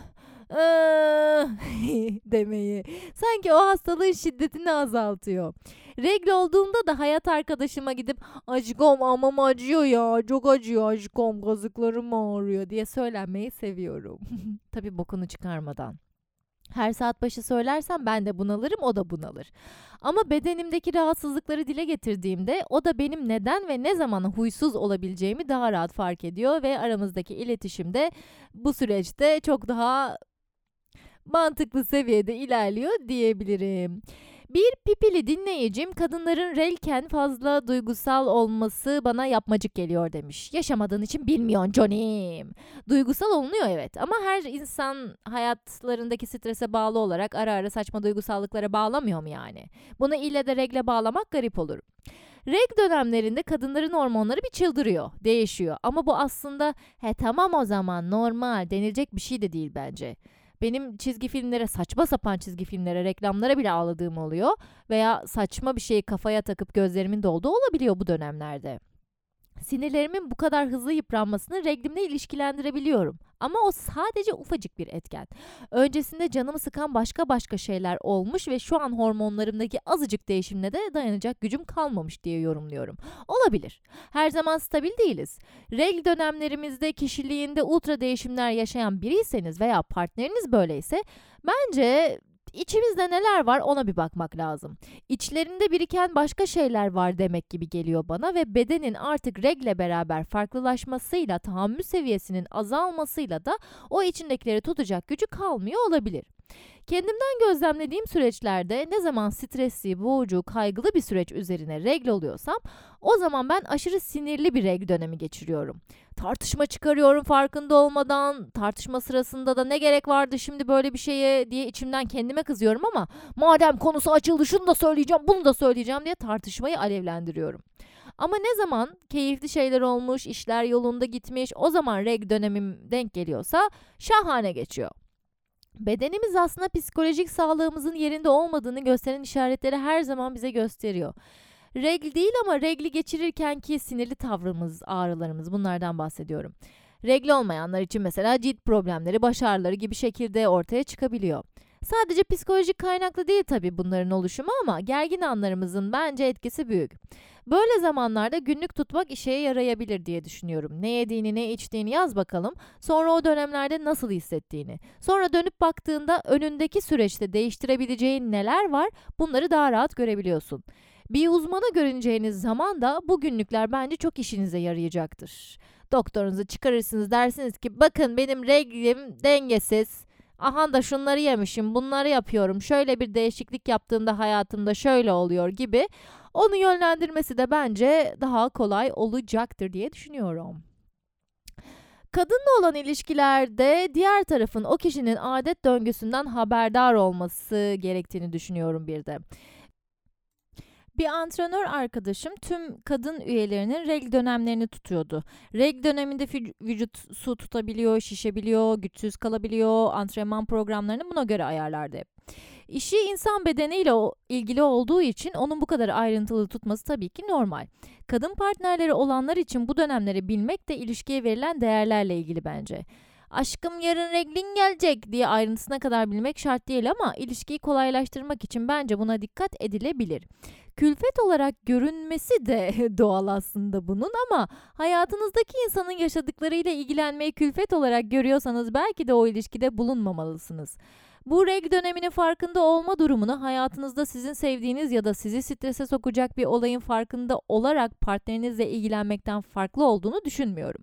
ıı" demeyi. Sanki o hastalığın şiddetini azaltıyor. Regl olduğumda da hayat arkadaşıma gidip aşkım amam acıyor ya çok acıyor aşkım kazıklarım ağrıyor diye söylenmeyi seviyorum. Tabii bokunu çıkarmadan. Her saat başı söylersem ben de bunalırım o da bunalır. Ama bedenimdeki rahatsızlıkları dile getirdiğimde o da benim neden ve ne zaman huysuz olabileceğimi daha rahat fark ediyor ve aramızdaki iletişim de bu süreçte çok daha mantıklı seviyede ilerliyor diyebilirim. Bir pipili dinleyicim kadınların relken fazla duygusal olması bana yapmacık geliyor demiş. Yaşamadığın için bilmiyorsun Johnny'm. Duygusal olunuyor evet ama her insan hayatlarındaki strese bağlı olarak ara ara saçma duygusallıklara bağlamıyor mu yani? Bunu ille de regle bağlamak garip olur. Reg dönemlerinde kadınların hormonları bir çıldırıyor, değişiyor. Ama bu aslında he tamam o zaman normal denilecek bir şey de değil bence. Benim çizgi filmlere, saçma sapan çizgi filmlere, reklamlara bile ağladığım oluyor. Veya saçma bir şeyi kafaya takıp gözlerimin dolduğu olabiliyor bu dönemlerde. Sinirlerimin bu kadar hızlı yıpranmasını reglimle ilişkilendirebiliyorum. Ama o sadece ufacık bir etken. Öncesinde canımı sıkan başka başka şeyler olmuş ve şu an hormonlarımdaki azıcık değişimle de dayanacak gücüm kalmamış diye yorumluyorum. Olabilir. Her zaman stabil değiliz. Regl dönemlerimizde kişiliğinde ultra değişimler yaşayan biriyseniz veya partneriniz böyleyse bence İçimizde neler var ona bir bakmak lazım. İçlerinde biriken başka şeyler var demek gibi geliyor bana ve bedenin artık regle beraber farklılaşmasıyla, tahammül seviyesinin azalmasıyla da o içindekileri tutacak gücü kalmıyor olabilir. Kendimden gözlemlediğim süreçlerde ne zaman stresli, boğucu, kaygılı bir süreç üzerine regl oluyorsam o zaman ben aşırı sinirli bir regl dönemi geçiriyorum. Tartışma çıkarıyorum farkında olmadan, tartışma sırasında da ne gerek vardı şimdi böyle bir şeye diye içimden kendime kızıyorum ama madem konusu açıldı şunu da söyleyeceğim, bunu da söyleyeceğim diye tartışmayı alevlendiriyorum. Ama ne zaman keyifli şeyler olmuş, işler yolunda gitmiş, o zaman regl dönemim denk geliyorsa şahane geçiyor. Bedenimiz aslında psikolojik sağlığımızın yerinde olmadığını gösteren işaretleri her zaman bize gösteriyor. Regl değil ama regli geçirirken ki sinirli tavrımız, ağrılarımız bunlardan bahsediyorum. Regl olmayanlar için mesela cilt problemleri, baş ağrıları gibi şekilde ortaya çıkabiliyor. Sadece psikolojik kaynaklı değil tabii bunların oluşumu ama gergin anlarımızın bence etkisi büyük. Böyle zamanlarda günlük tutmak işe yarayabilir diye düşünüyorum. Ne yediğini, ne içtiğini yaz bakalım. Sonra o dönemlerde nasıl hissettiğini. Sonra dönüp baktığında önündeki süreçte değiştirebileceğin neler var bunları daha rahat görebiliyorsun. Bir uzmana görüneceğiniz zaman da bu günlükler bence çok işinize yarayacaktır. Doktorunuzu çıkarırsınız dersiniz ki bakın benim reglim dengesiz. Aha da şunları yemişim, bunları yapıyorum. Şöyle bir değişiklik yaptığımda hayatımda şöyle oluyor gibi. Onu yönlendirmesi de bence daha kolay olacaktır diye düşünüyorum. Kadınla olan ilişkilerde diğer tarafın o kişinin adet döngüsünden haberdar olması gerektiğini düşünüyorum bir de. Bir antrenör arkadaşım tüm kadın üyelerinin regl dönemlerini tutuyordu. Regl döneminde fü- vücut su tutabiliyor, şişebiliyor, güçsüz kalabiliyor, antrenman programlarını buna göre ayarlardı hep. İşi insan bedeniyle o- ilgili olduğu için onun bu kadar ayrıntılı tutması tabii ki normal. Kadın partnerleri olanlar için bu dönemleri bilmek de ilişkiye verilen değerlerle ilgili bence. Aşkım yarın reglin gelecek diye ayrıntısına kadar bilmek şart değil ama ilişkiyi kolaylaştırmak için bence buna dikkat edilebilir. Külfet olarak görünmesi de doğal aslında bunun ama hayatınızdaki insanın yaşadıklarıyla ilgilenmeyi külfet olarak görüyorsanız belki de o ilişkide bulunmamalısınız. Bu regl döneminin farkında olma durumunu hayatınızda sizin sevdiğiniz ya da sizi strese sokacak bir olayın farkında olarak partnerinizle ilgilenmekten farklı olduğunu düşünmüyorum.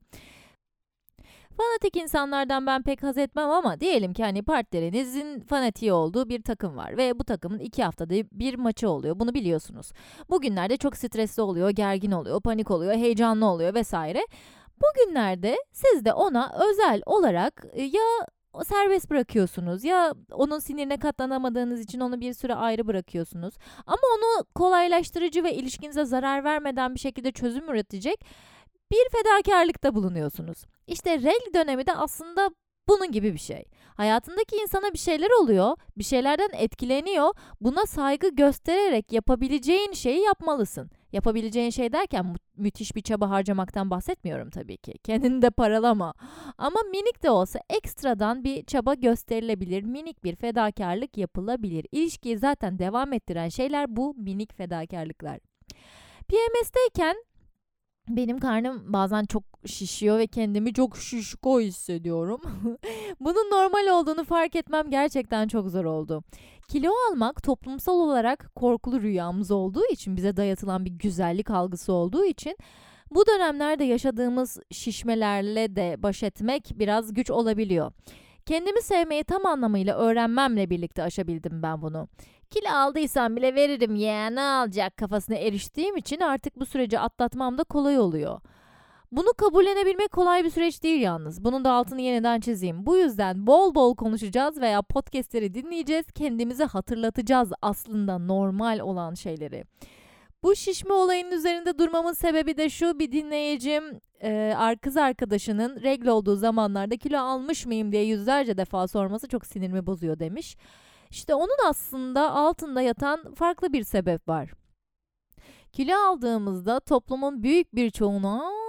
Fanatik insanlardan ben pek haz etmem ama diyelim ki hani partnerinizin fanatiği olduğu bir takım var ve bu takımın iki haftada bir maçı oluyor. Bunu biliyorsunuz. Bugünlerde çok stresli oluyor, gergin oluyor, panik oluyor, heyecanlı oluyor vesaire. Bugünlerde siz de ona özel olarak e, ya serbest bırakıyorsunuz ya onun sinirine katlanamadığınız için onu bir süre ayrı bırakıyorsunuz. Ama onu kolaylaştırıcı ve ilişkinize zarar vermeden bir şekilde çözüm üretecek bir fedakarlıkta bulunuyorsunuz. İşte regl dönemi de aslında bunun gibi bir şey. Hayatındaki insana bir şeyler oluyor, bir şeylerden etkileniyor. Buna saygı göstererek yapabileceğin şeyi yapmalısın. Yapabileceğin şey derken mü- müthiş bir çaba harcamaktan bahsetmiyorum tabii ki. Kendini de paralama. Ama minik de olsa ekstradan bir çaba gösterilebilir. Minik bir fedakarlık yapılabilir. İlişkiyi zaten devam ettiren şeyler bu minik fedakarlıklar. P M S'teyken benim karnım bazen çok şişiyor ve kendimi çok şişko hissediyorum. Bunun normal olduğunu fark etmem gerçekten çok zor oldu. Kilo almak toplumsal olarak korkulu rüyamız olduğu için, bize dayatılan bir güzellik algısı olduğu için bu dönemlerde yaşadığımız şişmelerle de baş etmek biraz güç olabiliyor. Kendimi sevmeyi tam anlamıyla öğrenmemle birlikte aşabildim ben bunu. Kilo aldıysam bile veririm ya ne alacak kafasına eriştiğim için artık bu süreci atlatmam da kolay oluyor. Bunu kabullenebilmek kolay bir süreç değil yalnız. Bunun da altını yeniden çizeyim. Bu yüzden bol bol konuşacağız veya podcastleri dinleyeceğiz. Kendimize hatırlatacağız aslında normal olan şeyleri. Bu şişme olayının üzerinde durmamın sebebi de şu: bir dinleyicim e, kız arkadaşının regl olduğu zamanlarda kilo almış mıyım diye yüzlerce defa sorması çok sinirimi bozuyor demiş. İşte onun aslında altında yatan farklı bir sebep var. Kilo aldığımızda toplumun büyük bir çoğunluğu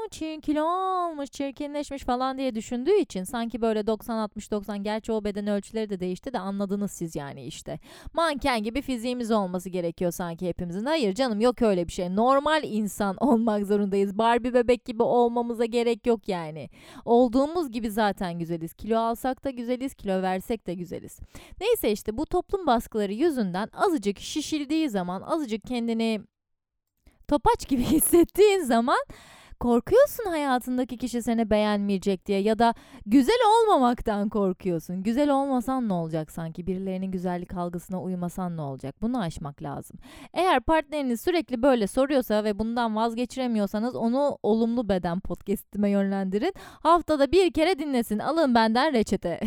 çin kilo almış, çirkinleşmiş falan diye düşündüğü için sanki böyle doksan altmış doksan, gerçi o beden ölçüleri de değişti de anladınız siz yani işte. Manken gibi fiziğimiz olması gerekiyor sanki hepimizin. Hayır canım, yok öyle bir şey. Normal insan olmak zorundayız. Barbie bebek gibi olmamıza gerek yok yani. Olduğumuz gibi zaten güzeliz. Kilo alsak da güzeliz, kilo versek de güzeliz. Neyse işte bu toplum baskıları yüzünden azıcık şişirdiği zaman, azıcık kendini topaç gibi hissettiğin zaman korkuyorsun hayatındaki kişi seni beğenmeyecek diye, ya da güzel olmamaktan korkuyorsun. Güzel olmasan ne olacak sanki? Birilerinin güzellik algısına uymasan ne olacak? Bunu aşmak lazım. Eğer partneriniz sürekli böyle soruyorsa ve bundan vazgeçiremiyorsanız onu olumlu beden podcast'ime yönlendirin. Haftada bir kere dinlesin. Alın benden reçete.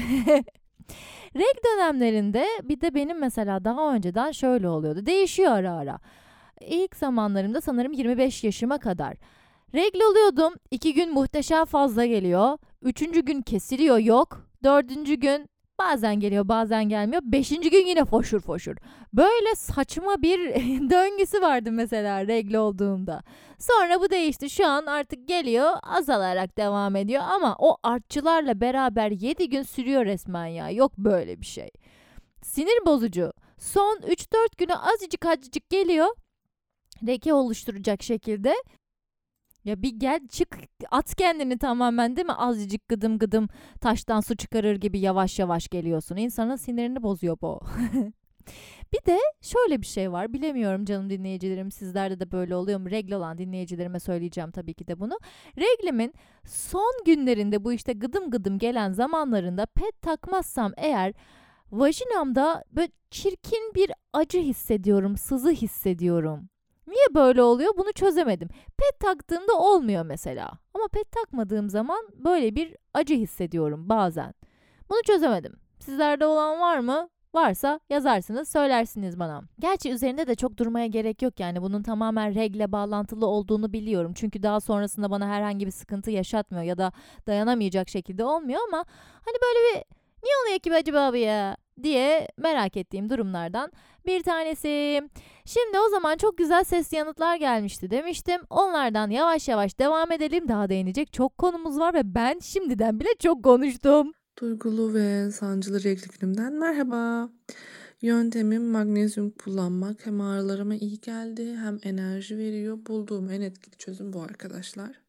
Reg dönemlerinde bir de benim mesela daha önceden şöyle oluyordu. Değişiyor ara ara. İlk zamanlarımda sanırım yirmi beş yaşıma kadar regl oluyordum. İki gün muhteşem fazla geliyor. Üçüncü gün kesiliyor, yok. Dördüncü gün bazen geliyor bazen gelmiyor. Beşinci gün yine foşur foşur. Böyle saçma bir döngüsü vardı mesela regl olduğumda. Sonra bu değişti. Şu an artık geliyor, azalarak devam ediyor. Ama o artçılarla beraber yedi gün sürüyor resmen ya. Yok böyle bir şey. Sinir bozucu. Son üç dört güne azıcık azıcık geliyor. Leke oluşturacak şekilde. Ya bir gel çık, at kendini tamamen, değil mi? Azıcık gıdım gıdım taştan su çıkarır gibi yavaş yavaş geliyorsun. İnsanın sinirini bozuyor bu. Bir de şöyle bir şey var. Bilemiyorum canım dinleyicilerim, sizlerde de böyle oluyor mu? Regl olan dinleyicilerime söyleyeceğim tabii ki de bunu. Reglimin son günlerinde, bu işte gıdım gıdım gelen zamanlarında pet takmazsam eğer, vajinamda böyle çirkin bir acı hissediyorum, sızı hissediyorum. Niye böyle oluyor? Bunu çözemedim. Pet taktığımda olmuyor mesela. Ama pet takmadığım zaman böyle bir acı hissediyorum bazen. Bunu çözemedim. Sizlerde olan var mı? Varsa yazarsınız, söylersiniz bana. Gerçi üzerinde de çok durmaya gerek yok yani. Bunun tamamen regle bağlantılı olduğunu biliyorum. Çünkü daha sonrasında bana herhangi bir sıkıntı yaşatmıyor ya da dayanamayacak şekilde olmuyor ama hani böyle bir niye oluyor ki acaba bu ya diye merak ettiğim durumlardan bir tanesi. Şimdi o zaman çok güzel sesli yanıtlar gelmişti demiştim. Onlardan yavaş yavaş devam edelim. Daha değinecek çok konumuz var ve ben şimdiden bile çok konuştum.
Duygulu ve sancılı regl günümden merhaba. Yöntemim magnezyum kullanmak. Hem ağrılarıma iyi geldi hem enerji veriyor. Bulduğum en etkili çözüm bu arkadaşlar.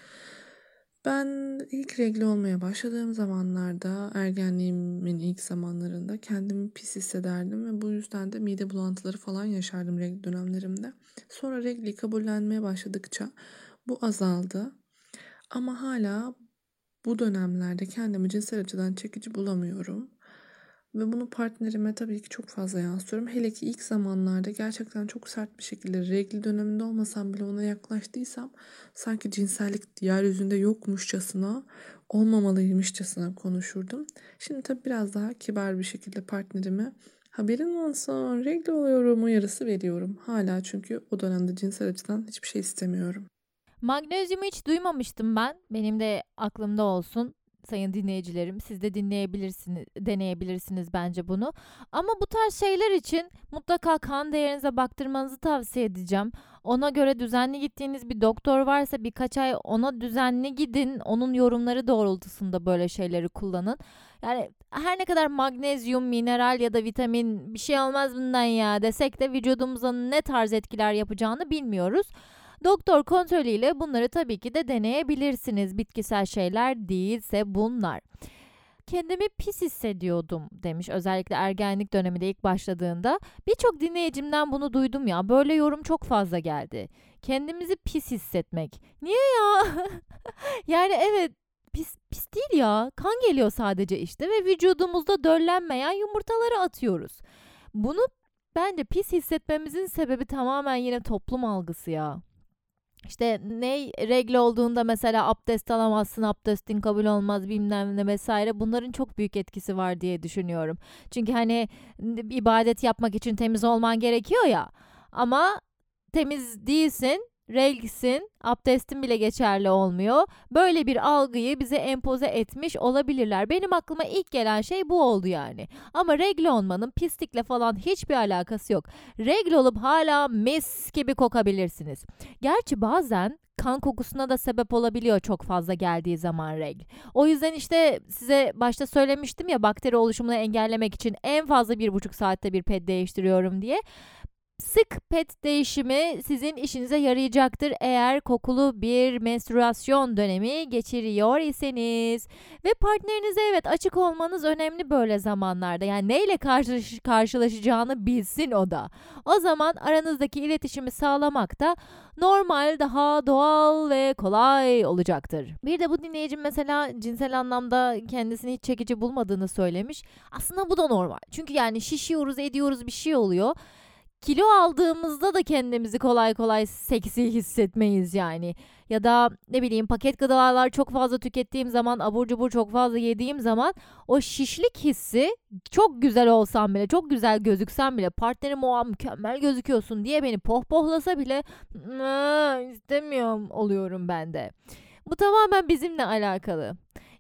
Ben ilk regl olmaya başladığım zamanlarda, ergenliğimin ilk zamanlarında kendimi pis hissederdim ve bu yüzden de mide bulantıları falan yaşardım regl dönemlerimde. Sonra regli kabullenmeye başladıkça bu azaldı. Ama hala bu dönemlerde kendimi cinsel açıdan çekici bulamıyorum. Ve bunu partnerime tabii ki çok fazla yansıtıyorum. Hele ki ilk zamanlarda gerçekten çok sert bir şekilde regl döneminde olmasam bile ona yaklaştıysam sanki cinsellik yeryüzünde yokmuşçasına, olmamalıymışçasına konuşurdum. Şimdi tabii biraz daha kibar bir şekilde partnerime haberin olsun regl oluyorum uyarısı veriyorum. Hala çünkü o dönemde cinsel açıdan hiçbir şey istemiyorum.
Magnezyumu hiç duymamıştım ben. Benim de aklımda olsun. Sayın dinleyicilerim, siz de dinleyebilirsiniz, deneyebilirsiniz bence bunu. Ama bu tarz şeyler için mutlaka kan değerinize baktırmanızı tavsiye edeceğim. Ona göre düzenli gittiğiniz bir doktor varsa birkaç ay ona düzenli gidin. Onun yorumları doğrultusunda böyle şeyleri kullanın. Yani her ne kadar magnezyum, mineral ya da vitamin bir şey olmaz bundan ya desek de vücudumuza ne tarz etkiler yapacağını bilmiyoruz. Doktor kontrolüyle bunları tabii ki de deneyebilirsiniz. Bitkisel şeyler değilse bunlar. Kendimi pis hissediyordum demiş, özellikle ergenlik döneminde ilk başladığında. Birçok dinleyicimden bunu duydum ya. Böyle yorum çok fazla geldi. Kendimizi pis hissetmek. Niye ya? Yani evet, pis pis değil ya. Kan geliyor sadece işte ve vücudumuzda döllenmeyen yumurtaları atıyoruz. Bunu bence pis hissetmemizin sebebi tamamen yine toplum algısı ya. İşte ne regl olduğunda mesela abdest alamazsın, abdestin kabul olmaz bilmem ne vesaire, bunların çok büyük etkisi var diye düşünüyorum. Çünkü hani ibadet yapmak için temiz olman gerekiyor ya, ama temiz değilsin, reglsin, abdestin bile geçerli olmuyor. Böyle bir algıyı bize empoze etmiş olabilirler. Benim aklıma ilk gelen şey bu oldu yani. Ama regl olmanın pislikle falan hiçbir alakası yok. Regl olup hala mis gibi kokabilirsiniz. Gerçi bazen kan kokusuna da sebep olabiliyor çok fazla geldiği zaman regl. O yüzden işte size başta söylemiştim ya, bakteri oluşumunu engellemek için en fazla bir buçuk saatte bir ped değiştiriyorum diye. Sık ped değişimi sizin işinize yarayacaktır eğer kokulu bir menstruasyon dönemi geçiriyor iseniz. Ve partnerinize evet açık olmanız önemli böyle zamanlarda. Yani neyle karşılaş- karşılaşacağını bilsin o da. O zaman aranızdaki iletişimi sağlamak da normal, daha doğal ve kolay olacaktır. Bir de bu dinleyicim mesela cinsel anlamda kendisini hiç çekici bulmadığını söylemiş. Aslında bu da normal. Çünkü yani şişiyoruz, ediyoruz, bir şey oluyor. Kilo aldığımızda da kendimizi kolay kolay seksi hissetmeyiz yani. Ya da ne bileyim, paket gıdalar çok fazla tükettiğim zaman, abur cubur çok fazla yediğim zaman o şişlik hissi, çok güzel olsam bile, çok güzel gözüksem bile, partnerim o an mükemmel gözüküyorsun diye beni pohpohlasa bile istemiyorum oluyorum ben de. Bu tamamen bizimle alakalı.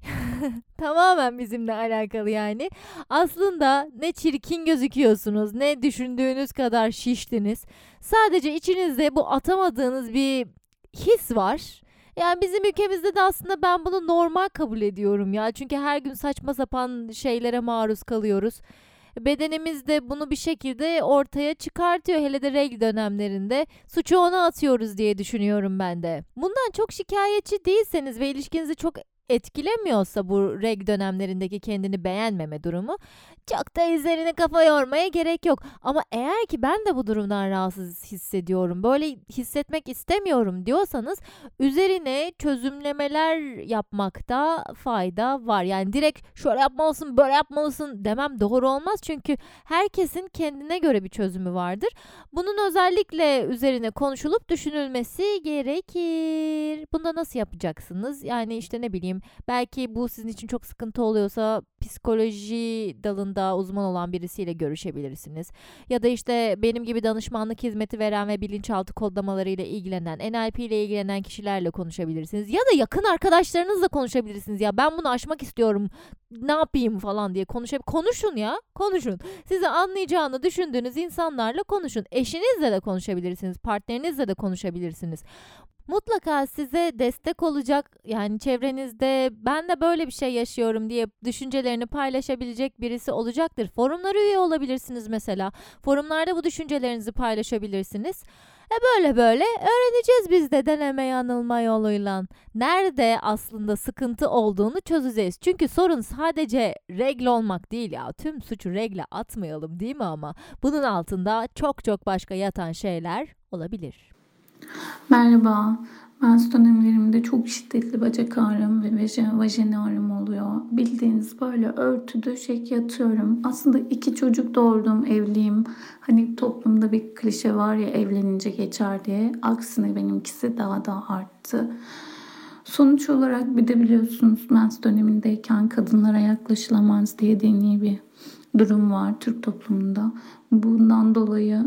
Tamamen bizimle alakalı yani. Aslında ne çirkin gözüküyorsunuz, ne düşündüğünüz kadar şiştiniz. Sadece içinizde bu atamadığınız bir his var. Yani bizim ülkemizde de aslında ben bunu normal kabul ediyorum ya. Çünkü her gün saçma sapan şeylere maruz kalıyoruz. Bedenimiz de bunu bir şekilde ortaya çıkartıyor. Hele de regl dönemlerinde suçu ona atıyoruz diye düşünüyorum ben de. Bundan çok şikayetçi değilseniz ve ilişkinizi çok etkilemiyorsa bu regl dönemlerindeki kendini beğenmeme durumu, çok da üzerine kafa yormaya gerek yok. Ama eğer ki ben de bu durumdan rahatsız hissediyorum, böyle hissetmek istemiyorum diyorsanız üzerine çözümlemeler yapmakta fayda var. Yani direkt şöyle yapmalısın, böyle yapmalısın demem doğru olmaz. Çünkü herkesin kendine göre bir çözümü vardır. Bunun özellikle üzerine konuşulup düşünülmesi gerekir. Bunda nasıl yapacaksınız? Yani işte ne bileyim, belki bu sizin için çok sıkıntı oluyorsa psikoloji dalında uzman olan birisiyle görüşebilirsiniz. Ya da işte benim gibi danışmanlık hizmeti veren ve bilinçaltı kodlamalarıyla ilgilenen, N L P ile ilgilenen kişilerle konuşabilirsiniz. Ya da yakın arkadaşlarınızla konuşabilirsiniz. Ya ben bunu aşmak istiyorum, ne yapayım falan diye konuşabilir. Konuşun ya, konuşun. Sizi anlayacağını düşündüğünüz insanlarla konuşun. Eşinizle de konuşabilirsiniz, partnerinizle de konuşabilirsiniz. Mutlaka size destek olacak, yani çevrenizde ben de böyle bir şey yaşıyorum diye düşüncelerini paylaşabilecek birisi olacaktır. Forumlara üye olabilirsiniz mesela. Forumlarda bu düşüncelerinizi paylaşabilirsiniz. E böyle böyle öğreneceğiz biz de deneme yanılma yoluyla. Nerede aslında sıkıntı olduğunu çözeceğiz. Çünkü sorun sadece regl olmak değil ya. Tüm suçu regle atmayalım değil mi ama? Bunun altında çok çok başka yatan şeyler olabilir.
Merhaba, mens dönemlerimde çok şiddetli bacak ağrım ve vaje- vajeni ağrım oluyor. Bildiğiniz böyle örtü döşek yatıyorum. Aslında iki çocuk doğurdum, evliyim. Hani toplumda bir klişe var ya, evlenince geçer diye. Aksine benimkisi daha da arttı. Sonuç olarak bir de biliyorsunuz mens dönemindeyken kadınlara yaklaşılamaz diye dini bir durum var Türk toplumunda. Bundan dolayı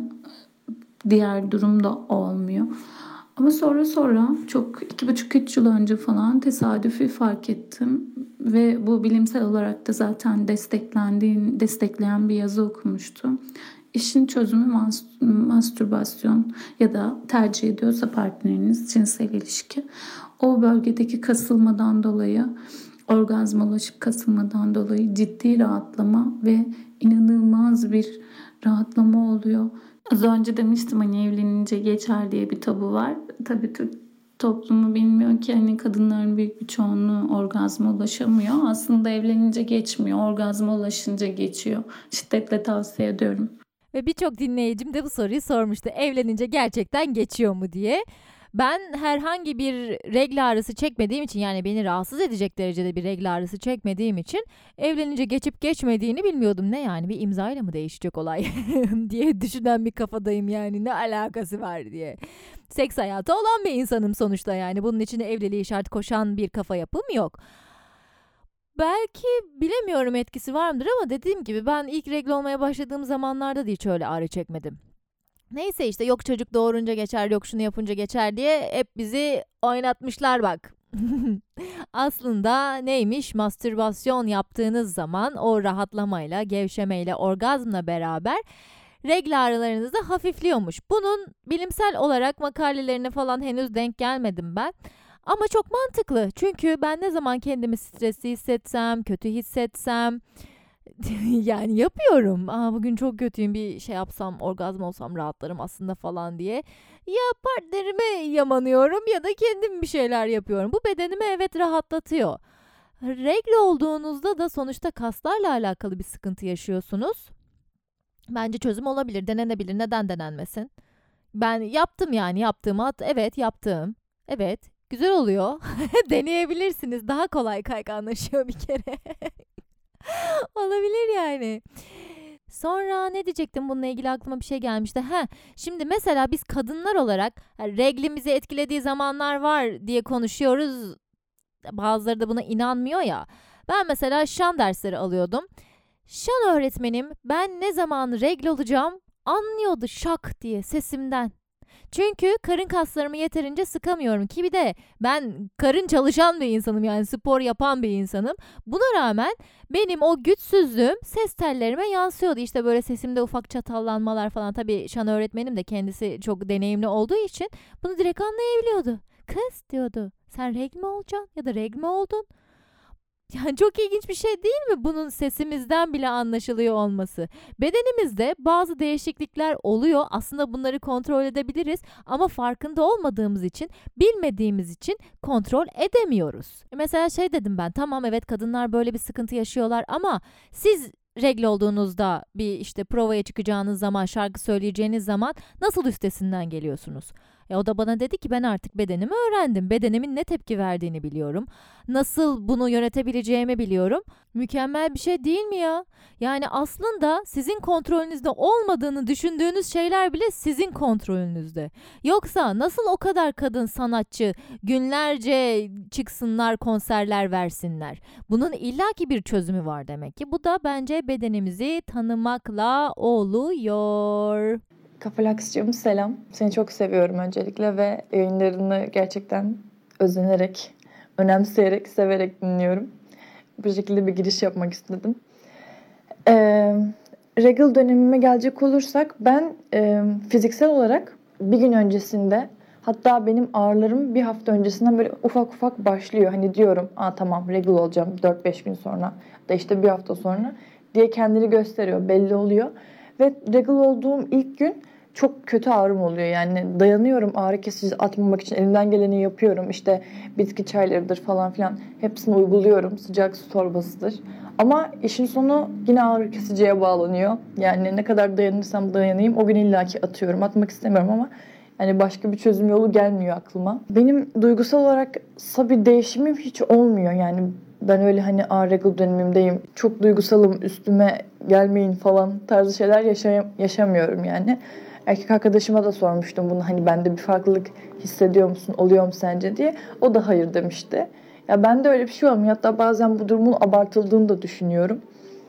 diğer durum da olmuyor. Ama sonra sonra çok iki buçuk üç yıl önce falan tesadüfi fark ettim. Ve bu bilimsel olarak da zaten desteklendiğin, destekleyen bir yazı okumuştum. İşin çözümü mas- mastürbasyon ya da tercih ediyorsa partneriniz cinsel ilişki. O bölgedeki kasılmadan dolayı, orgazma ulaşıp kasılmadan dolayı ciddi rahatlama ve inanılmaz bir rahatlama oluyor. Az önce demiştim hani evlenince geçer diye bir tabu var. Tabii Türk toplumu bilmiyor ki hani kadınların büyük bir çoğunluğu orgazma ulaşamıyor. Aslında evlenince geçmiyor, orgazma ulaşınca geçiyor. Şiddetle tavsiye ediyorum.
Ve birçok dinleyicim de bu soruyu sormuştu. Evlenince gerçekten geçiyor mu diye. Ben herhangi bir regl ağrısı çekmediğim için, yani beni rahatsız edecek derecede bir regl ağrısı çekmediğim için evlenince geçip geçmediğini bilmiyordum. Ne yani, bir imzayla mı değişecek olay diye düşünen bir kafadayım, yani ne alakası var diye. Seks hayatı olan bir insanım sonuçta, yani bunun için evliliği şart koşan bir kafa yapım yok. Belki bilemiyorum, etkisi var mıdır ama dediğim gibi ben ilk regl olmaya başladığım zamanlarda da hiç öyle ağrı çekmedim. Neyse işte yok çocuk doğurunca geçer, yok şunu yapınca geçer diye hep bizi oynatmışlar bak. Aslında neymiş? Mastürbasyon yaptığınız zaman o rahatlamayla, gevşemeyle, orgazmla beraber regl ağrılarınız da hafifliyormuş. Bunun bilimsel olarak makalelerine falan henüz denk gelmedim ben. Ama çok mantıklı. Çünkü ben ne zaman kendimi stresli hissetsem, kötü hissetsem yani yapıyorum. Aa, bugün çok kötüyüm, bir şey yapsam, orgazm olsam rahatlarım aslında falan diye. Ya partnerime yamanıyorum ya da kendim bir şeyler yapıyorum. Bu bedenimi evet rahatlatıyor. Regl olduğunuzda da sonuçta kaslarla alakalı bir sıkıntı yaşıyorsunuz. Bence çözüm olabilir, denenebilir. Neden denenmesin? Ben yaptım yani yaptığım at. Evet yaptım. Evet güzel oluyor. Deneyebilirsiniz. Daha kolay kayganlaşıyor bir kere. Olabilir yani. Sonra ne diyecektim, bununla ilgili aklıma bir şey gelmişti. Heh, şimdi mesela biz kadınlar olarak yani reglimizi etkilediği zamanlar var diye konuşuyoruz. Bazıları da buna inanmıyor ya. Ben mesela şan dersleri alıyordum. Şan öğretmenim ben ne zaman regl olacağım anlıyordu şak diye sesimden. Çünkü karın kaslarımı yeterince sıkamıyorum ki bir de ben karın çalışan bir insanım, yani spor yapan bir insanım. Buna rağmen benim o güçsüzlüğüm ses tellerime yansıyordu. İşte böyle sesimde ufak çatallanmalar falan. Tabii şan öğretmenim de kendisi çok deneyimli olduğu için bunu direkt anlayabiliyordu. Kız diyordu, sen regl mi olacaksın ya da regl mi oldun? Yani çok ilginç bir şey değil mi bunun sesimizden bile anlaşılıyor olması? Bedenimizde bazı değişiklikler oluyor. Aslında bunları kontrol edebiliriz ama farkında olmadığımız için, bilmediğimiz için kontrol edemiyoruz. Mesela şey dedim ben, tamam evet kadınlar böyle bir sıkıntı yaşıyorlar ama siz regl olduğunuzda bir işte provaya çıkacağınız zaman, şarkı söyleyeceğiniz zaman nasıl üstesinden geliyorsunuz? E o da bana dedi ki ben artık bedenimi öğrendim. Bedenimin ne tepki verdiğini biliyorum. Nasıl bunu yönetebileceğimi biliyorum. Mükemmel bir şey değil mi ya? Yani aslında sizin kontrolünüzde olmadığını düşündüğünüz şeyler bile sizin kontrolünüzde. Yoksa nasıl o kadar kadın sanatçı günlerce çıksınlar, konserler versinler? Bunun illaki bir çözümü var demek ki. Bu da bence bedenimizi tanımakla oluyor.
Kafalaksçığım selam. Seni çok seviyorum öncelikle ve yayınlarını gerçekten özenerek, önemseyerek, severek dinliyorum. Bu şekilde bir giriş yapmak istedim. Ee, regl dönemime gelecek olursak ben e, fiziksel olarak bir gün öncesinde, hatta benim ağrılarım bir hafta öncesinden böyle ufak ufak başlıyor. Hani diyorum aa tamam regl olacağım dört beş gün sonra da işte bir hafta sonra diye kendini gösteriyor, belli oluyor. Ve regl olduğum ilk gün çok kötü ağrım oluyor. Yani dayanıyorum ağrı kesici atmamak için, elimden geleni yapıyorum. İşte bitki çaylarıdır falan filan hepsini uyguluyorum. Sıcak su torbasıdır. Ama işin sonu yine ağrı kesiciye bağlanıyor. Yani ne kadar dayanırsam dayanayım o gün illaki atıyorum. Atmak istemiyorum ama yani başka bir çözüm yolu gelmiyor aklıma. Benim duygusal olarak bir değişimim hiç olmuyor. Yani ben öyle hani aa regl dönemimdeyim, çok duygusalım, üstüme gelmeyin falan tarzı şeyler yaşay- yaşamıyorum yani. Erkek arkadaşıma da sormuştum bunu, hani bende bir farklılık hissediyor musun, oluyor mu sence diye. O da hayır demişti. Ya bende öyle bir şey olmuyor. Hatta bazen bu durumun abartıldığını da düşünüyorum.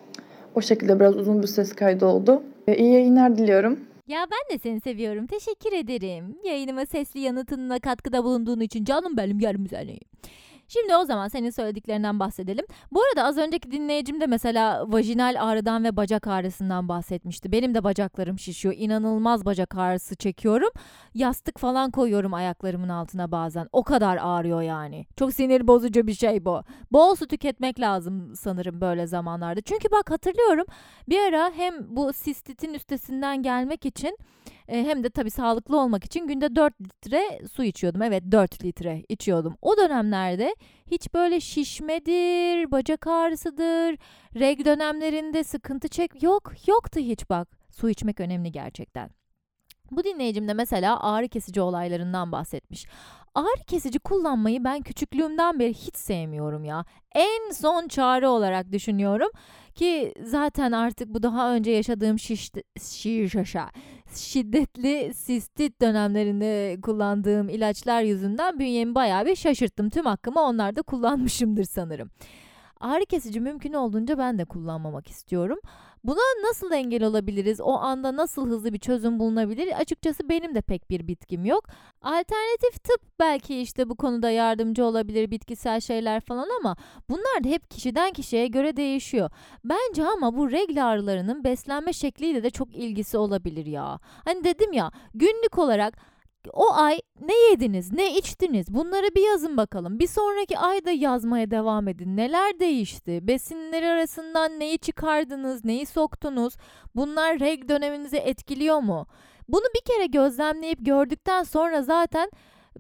O şekilde biraz uzun bir ses kaydı oldu. İyi yayınlar diliyorum.
Ya ben de seni seviyorum. Teşekkür ederim. Yayınıma sesli yanıtınla katkıda bulunduğun için canım benim, yerim seni. Şimdi o zaman senin söylediklerinden bahsedelim. Bu arada az önceki dinleyicim de mesela vajinal ağrıdan ve bacak ağrısından bahsetmişti. Benim de bacaklarım şişiyor. İnanılmaz bacak ağrısı çekiyorum. Yastık falan koyuyorum ayaklarımın altına bazen. O kadar ağrıyor yani. Çok sinir bozucu bir şey bu. Bol su tüketmek lazım sanırım böyle zamanlarda. Çünkü bak hatırlıyorum bir ara hem bu sistitin üstesinden gelmek için hem de tabii sağlıklı olmak için günde dört litre su içiyordum. Evet dört litre içiyordum. O dönemlerde hiç böyle şişmedir, bacak ağrısıdır, regl dönemlerinde sıkıntı çek yok yoktu hiç bak. Su içmek önemli gerçekten. Bu dinleyicim de mesela ağrı kesici olaylarından bahsetmiş. Ağrı kesici kullanmayı ben küçüklüğümden beri hiç sevmiyorum ya. En son çare olarak düşünüyorum ki zaten artık bu daha önce yaşadığım şişti, şişaşa, şiddetli sistit dönemlerinde kullandığım ilaçlar yüzünden bünyemi bayağı bir şaşırttım. Tüm hakkımı onlarda kullanmışımdır sanırım. Ağrı kesici mümkün olduğunca ben de kullanmamak istiyorum. Buna nasıl engel olabiliriz? O anda nasıl hızlı bir çözüm bulunabilir? Açıkçası benim de pek bir bitkim yok. Alternatif tıp belki işte bu konuda yardımcı olabilir, bitkisel şeyler falan ama bunlar da hep kişiden kişiye göre değişiyor. Bence ama bu regl ağrılarının beslenme şekliyle de çok ilgisi olabilir ya. Hani dedim ya, günlük olarak o ay ne yediniz, ne içtiniz? Bunları bir yazın bakalım. Bir sonraki ayda yazmaya devam edin. Neler değişti? Besinleri arasından neyi çıkardınız, neyi soktunuz? Bunlar regl döneminizi etkiliyor mu? Bunu bir kere gözlemleyip gördükten sonra zaten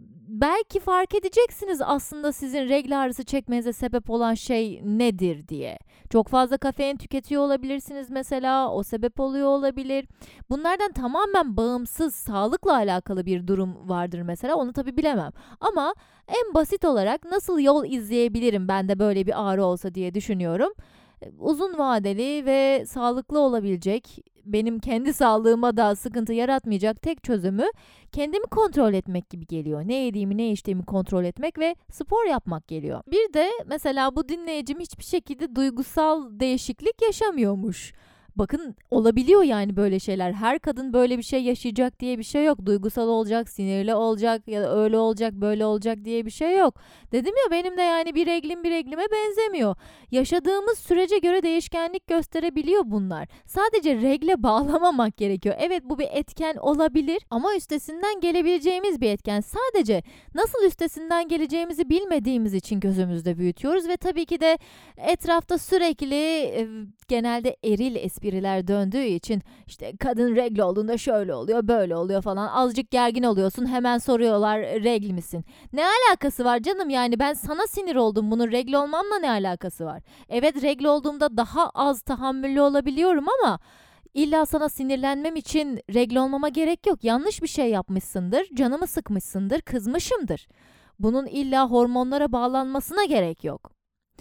belki fark edeceksiniz aslında sizin regl ağrısı çekmenize sebep olan şey nedir diye. Çok fazla kafein tüketiyor olabilirsiniz mesela, o sebep oluyor olabilir. Bunlardan tamamen bağımsız, sağlıkla alakalı bir durum vardır mesela, onu tabii bilemem. Ama en basit olarak nasıl yol izleyebilirim ben de böyle bir ağrı olsa diye düşünüyorum. Uzun vadeli ve sağlıklı olabilecek, benim kendi sağlığıma da sıkıntı yaratmayacak tek çözümü kendimi kontrol etmek gibi geliyor. Ne yediğimi, ne içtiğimi kontrol etmek ve spor yapmak geliyor. Bir de mesela bu dinleyicim hiçbir şekilde duygusal değişiklik yaşamıyormuş. Bakın, olabiliyor yani böyle şeyler. Her kadın böyle bir şey yaşayacak diye bir şey yok. Duygusal olacak, sinirli olacak ya da öyle olacak, böyle olacak diye bir şey yok. Dedim ya, benim de yani bir reglim bir reglime benzemiyor. Yaşadığımız sürece göre değişkenlik gösterebiliyor bunlar. Sadece regle bağlamamak gerekiyor. Evet, bu bir etken olabilir ama üstesinden gelebileceğimiz bir etken. Sadece nasıl üstesinden geleceğimizi bilmediğimiz için gözümüzde büyütüyoruz ve tabii ki de etrafta sürekli e, genelde eril espriler döndüğü için işte kadın regl olduğunda şöyle oluyor, böyle oluyor falan. Azıcık gergin oluyorsun, hemen soruyorlar regl misin? Ne alakası var canım, yani ben sana sinir oldum, bunun regl olmamla ne alakası var? Evet, regl olduğumda daha az tahammüllü olabiliyorum ama illa sana sinirlenmem için regl olmama gerek yok. Yanlış bir şey yapmışsındır, canımı sıkmışsındır, kızmışımdır. Bunun illa hormonlara bağlanmasına gerek yok.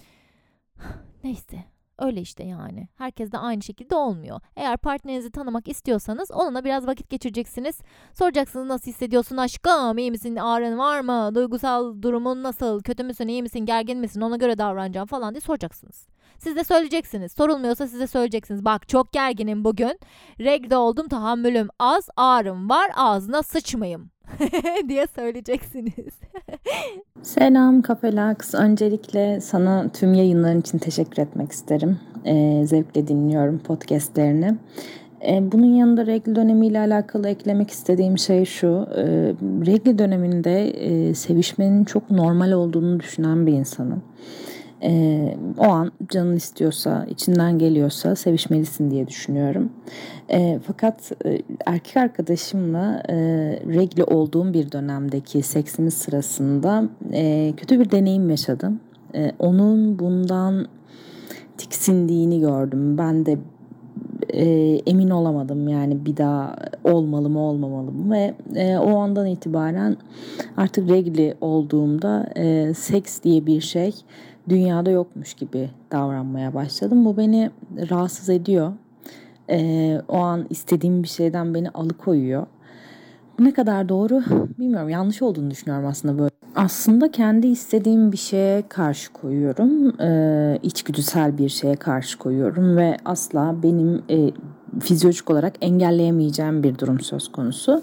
Neyse. Öyle işte yani. Herkes de aynı şekilde olmuyor. Eğer partnerinizi tanımak istiyorsanız onunla biraz vakit geçireceksiniz. Soracaksınız, nasıl hissediyorsun aşkım, iyi misin, ağrın var mı, duygusal durumun nasıl, kötü müsün, iyi misin, gergin misin, ona göre davranacağım falan diye soracaksınız. Siz de söyleyeceksiniz. Sorulmuyorsa size söyleyeceksiniz. Bak, çok gerginim bugün. Regl oldum, tahammülüm az, ağrım var, ağzına sıçmayayım diye söyleyeceksiniz.
Selam Kafelaks. Öncelikle sana tüm yayınların için teşekkür etmek isterim. Ee, zevkle dinliyorum podcastlerini. Ee, bunun yanında regl dönemiyle alakalı eklemek istediğim şey şu. Ee, regl döneminde e, sevişmenin çok normal olduğunu düşünen bir insanım. Ee, o an canın istiyorsa, içinden geliyorsa sevişmelisin diye düşünüyorum. E, fakat e, erkek arkadaşımla e, regl olduğum bir dönemdeki seksimiz sırasında e, kötü bir deneyim yaşadım. E, onun bundan tiksindiğini gördüm. Ben de e, emin olamadım, yani bir daha olmalı mı olmamalı mı, ve e, o andan itibaren artık regl olduğumda e, seks diye bir şey dünyada yokmuş gibi davranmaya başladım. Bu beni rahatsız ediyor. Ee, o an istediğim bir şeyden beni alıkoyuyor. Bu ne kadar doğru bilmiyorum. Yanlış olduğunu düşünüyorum aslında böyle. Aslında kendi istediğim bir şeye karşı koyuyorum. Ee, içgüdüsel bir şeye karşı koyuyorum ve asla benim e, fizyolojik olarak engelleyemeyeceğim bir durum söz konusu.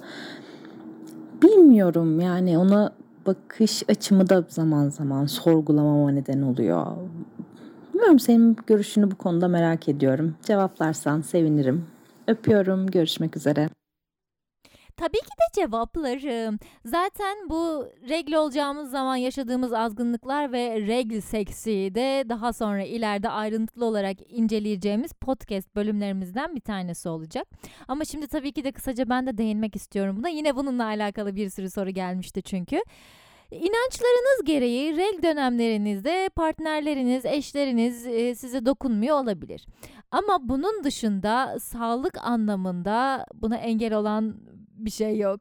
Bilmiyorum, yani ona bakış açımı da zaman zaman sorgulamama neden oluyor. Bilmiyorum, senin görüşünü bu konuda merak ediyorum. Cevaplarsan sevinirim. Öpüyorum. Görüşmek üzere.
Tabii ki de cevaplarım. Zaten bu regl olacağımız zaman yaşadığımız azgınlıklar ve regl seksi de daha sonra ileride ayrıntılı olarak inceleyeceğimiz podcast bölümlerimizden bir tanesi olacak. Ama şimdi tabii ki de kısaca ben de değinmek istiyorum buna. Yine bununla alakalı bir sürü soru gelmişti çünkü. İnançlarınız gereği regl dönemlerinizde partnerleriniz, eşleriniz e, size dokunmuyor olabilir. Ama bunun dışında sağlık anlamında buna engel olan bir şey yok.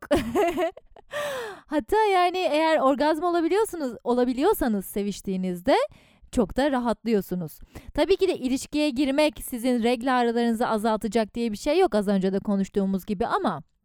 Hatta yani eğer orgazm olabiliyorsunuz, olabiliyorsanız seviştiğinizde çok da rahatlıyorsunuz. Tabii ki de ilişkiye girmek sizin regl ağrılarınızı azaltacak diye bir şey yok, az önce de konuştuğumuz gibi, ama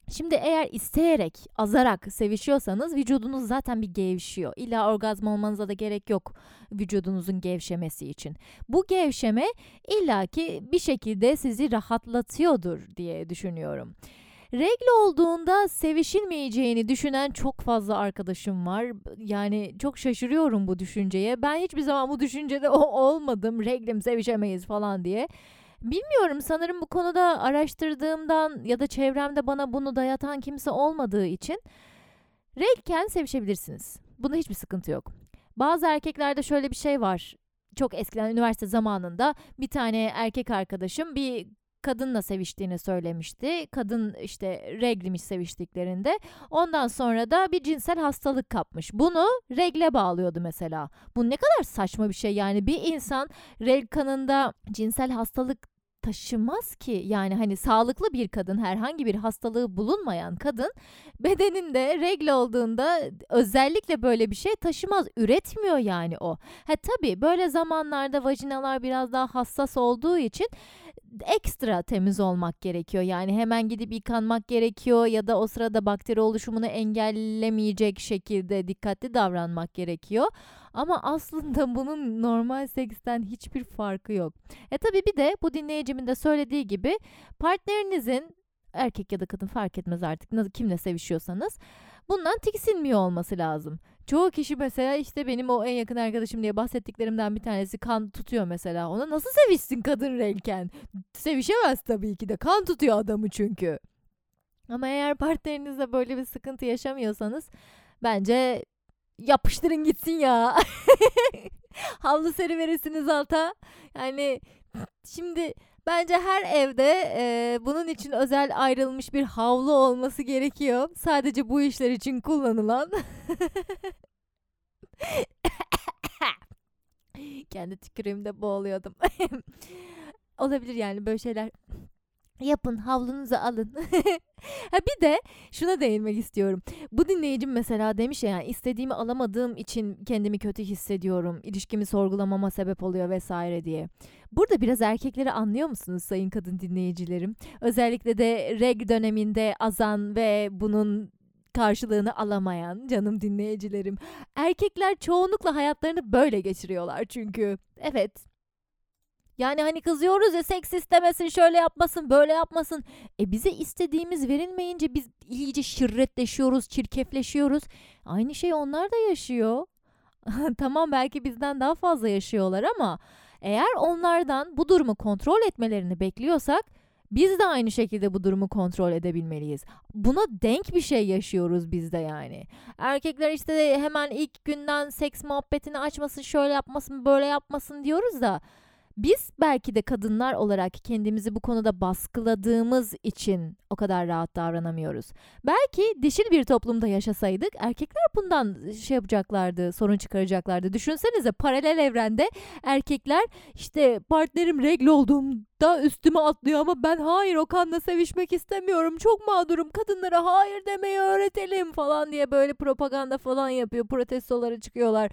Şimdi eğer isteyerek, azarak sevişiyorsanız vücudunuz zaten bir gevşiyor. İlla orgazm olmanıza da gerek yok vücudunuzun gevşemesi için. Bu gevşeme illaki bir şekilde sizi rahatlatıyordur diye düşünüyorum. Regl olduğunda sevişilmeyeceğini düşünen çok fazla arkadaşım var. Yani çok şaşırıyorum bu düşünceye. Ben hiçbir zaman bu düşüncede o olmadım. Reglim, sevişemeyiz falan diye. Bilmiyorum, sanırım bu konuda araştırdığımdan ya da çevremde bana bunu dayatan kimse olmadığı için reglken sevişebilirsiniz. Bunda hiçbir sıkıntı yok. Bazı erkeklerde şöyle bir şey var. Çok eskiden üniversite zamanında bir tane erkek arkadaşım bir kadınla seviştiğini söylemişti. Kadın işte reglimiş seviştiklerinde. Ondan sonra da bir cinsel hastalık kapmış. Bunu regle bağlıyordu mesela. Bu ne kadar saçma bir şey yani. Bir insan regl kanında cinsel hastalık taşımaz ki. Yani hani sağlıklı bir kadın, herhangi bir hastalığı bulunmayan kadın bedeninde regl olduğunda özellikle böyle bir şey taşımaz. Üretmiyor yani o. Ha tabii böyle zamanlarda vajinalar biraz daha hassas olduğu için ekstra temiz olmak gerekiyor. Yani hemen gidip yıkanmak gerekiyor ya da o sırada bakteri oluşumunu engellemeyecek şekilde dikkatli davranmak gerekiyor. Ama aslında bunun normal seksten hiçbir farkı yok. E tabii bir de bu dinleyicimin de söylediği gibi partnerinizin, erkek ya da kadın fark etmez artık kimle sevişiyorsanız, bundan tiksinmiyor olması lazım. Çoğu kişi mesela işte benim o en yakın arkadaşım diye bahsettiklerimden bir tanesi kan tutuyor mesela. Ona nasıl sevişsin kadın reglken? Sevişemez tabii ki de, kan tutuyor adamı çünkü. Ama eğer partnerinizle böyle bir sıkıntı yaşamıyorsanız bence yapıştırın gitsin ya. Havlu seriverirsiniz alta. Yani şimdi bence her evde e, bunun için özel ayrılmış bir havlu olması gerekiyor. Sadece bu işler için kullanılan. Kendi tükürüğümde boğuluyordum. Olabilir yani böyle şeyler. Yapın, havlunuzu alın. Ha bir de şuna değinmek istiyorum. Bu dinleyicim mesela demiş ya, yani istediğimi alamadığım için kendimi kötü hissediyorum. İlişkimi sorgulamama sebep oluyor vesaire diye. Burada biraz erkekleri anlıyor musunuz sayın kadın dinleyicilerim? Özellikle de regl döneminde azan ve bunun karşılığını alamayan canım dinleyicilerim. Erkekler çoğunlukla hayatlarını böyle geçiriyorlar çünkü. Evet. Yani hani kızıyoruz ya, seks istemesin, şöyle yapmasın, böyle yapmasın. E bize istediğimiz verilmeyince biz iyice şirretleşiyoruz, çirkefleşiyoruz. Aynı şey onlar da yaşıyor. Tamam, belki bizden daha fazla yaşıyorlar ama eğer onlardan bu durumu kontrol etmelerini bekliyorsak biz de aynı şekilde bu durumu kontrol edebilmeliyiz. Buna denk bir şey yaşıyoruz biz de yani. Erkekler işte hemen ilk günden seks muhabbetini açmasın, şöyle yapmasın, böyle yapmasın diyoruz da biz belki de kadınlar olarak kendimizi bu konuda baskıladığımız için o kadar rahat davranamıyoruz. Belki dişil bir toplumda yaşasaydık erkekler bundan şey yapacaklardı, sorun çıkaracaklardı. Düşünsenize, paralel evrende erkekler işte partnerim regl olduğumda üstüme atlıyor ama ben hayır, o kanla sevişmek istemiyorum, çok mağdurum, kadınlara hayır demeyi öğretelim falan diye böyle propaganda falan yapıyor, protestolara çıkıyorlar.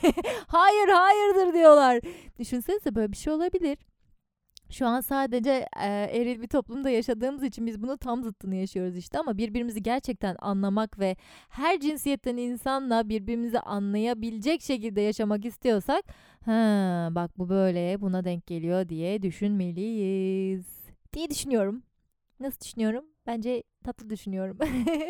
Hayır hayırdır diyorlar. Düşünsenize, böyle bir şey olabilir. Şu an sadece e, eril bir toplumda yaşadığımız için biz bunu tam zıttını yaşıyoruz işte, ama birbirimizi gerçekten anlamak ve her cinsiyetten insanla birbirimizi anlayabilecek şekilde yaşamak istiyorsak, ha bak bu böyle, buna denk geliyor diye düşünmeliyiz diye düşünüyorum. Nasıl düşünüyorum? Bence tatlı düşünüyorum.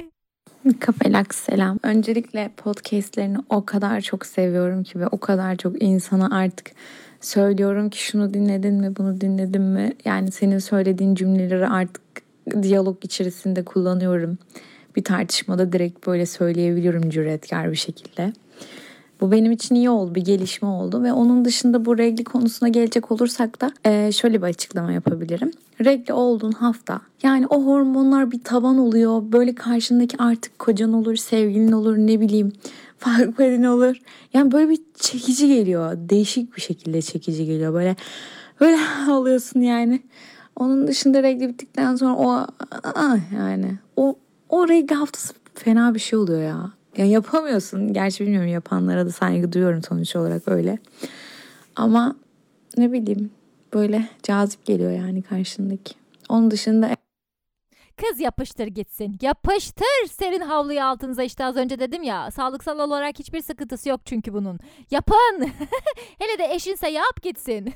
Kafelak selam. Öncelikle podcastlerini o kadar çok seviyorum ki ve o kadar çok insana artık söylüyorum ki şunu dinledin mi, bunu dinledin mi? Yani senin söylediğin cümleleri artık diyalog içerisinde kullanıyorum. Bir tartışmada direkt böyle söyleyebiliyorum cüretkar bir şekilde. Bu benim için iyi oldu, bir gelişme oldu ve onun dışında bu regl konusuna gelecek olursak da e, şöyle bir açıklama yapabilirim. Regl olduğun hafta, yani o hormonlar bir tavan oluyor. Böyle karşındaki artık kocan olur, sevgilin olur, ne bileyim partnerin olur. Yani böyle bir çekici geliyor. Değişik bir şekilde çekici geliyor. Böyle böyle oluyorsun yani. Onun dışında regl bittikten sonra o yani o o regl haftası fena bir şey oluyor ya. Yani yapamıyorsun. Gerçi bilmiyorum, yapanlara da saygı duyuyorum sonuç olarak öyle. Ama ne bileyim, böyle cazip geliyor yani karşındaki. Onun dışında
Kız yapıştır gitsin. Yapıştır serin havluyu altınıza, işte az önce dedim ya. Sağlıksal olarak hiçbir sıkıntısı yok çünkü bunun. Yapın. Hele de eşinse yap gitsin.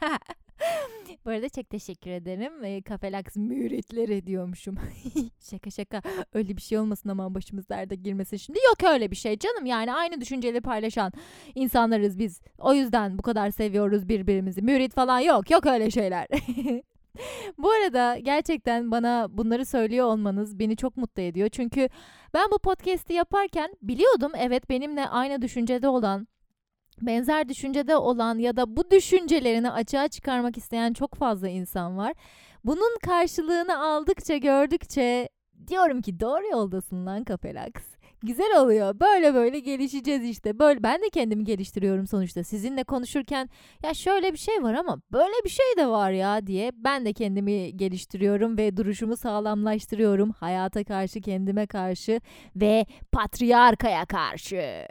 Bu arada çok teşekkür ederim. E, Kafelaks müritleri diyormuşum. Şaka şaka. Öyle bir şey olmasın, aman başımız derde girmesin şimdi. Yok öyle bir şey canım. Yani aynı düşünceleri paylaşan insanlarız biz. O yüzden bu kadar seviyoruz birbirimizi. Mürit falan yok. Yok öyle şeyler. Bu arada gerçekten bana bunları söylüyor olmanız beni çok mutlu ediyor. Çünkü ben bu podcast'i yaparken biliyordum, evet, benimle aynı düşüncede olan, benzer düşüncede olan ya da bu düşüncelerini açığa çıkarmak isteyen çok fazla insan var. Bunun karşılığını aldıkça, gördükçe diyorum ki doğru yoldasın lan Kafelaks. Güzel oluyor. Böyle böyle gelişeceğiz işte. Böyle ben de kendimi geliştiriyorum sonuçta. Sizinle konuşurken ya şöyle bir şey var ama böyle bir şey de var ya diye ben de kendimi geliştiriyorum ve duruşumu sağlamlaştırıyorum. Hayata karşı, kendime karşı ve patriarkaya karşı.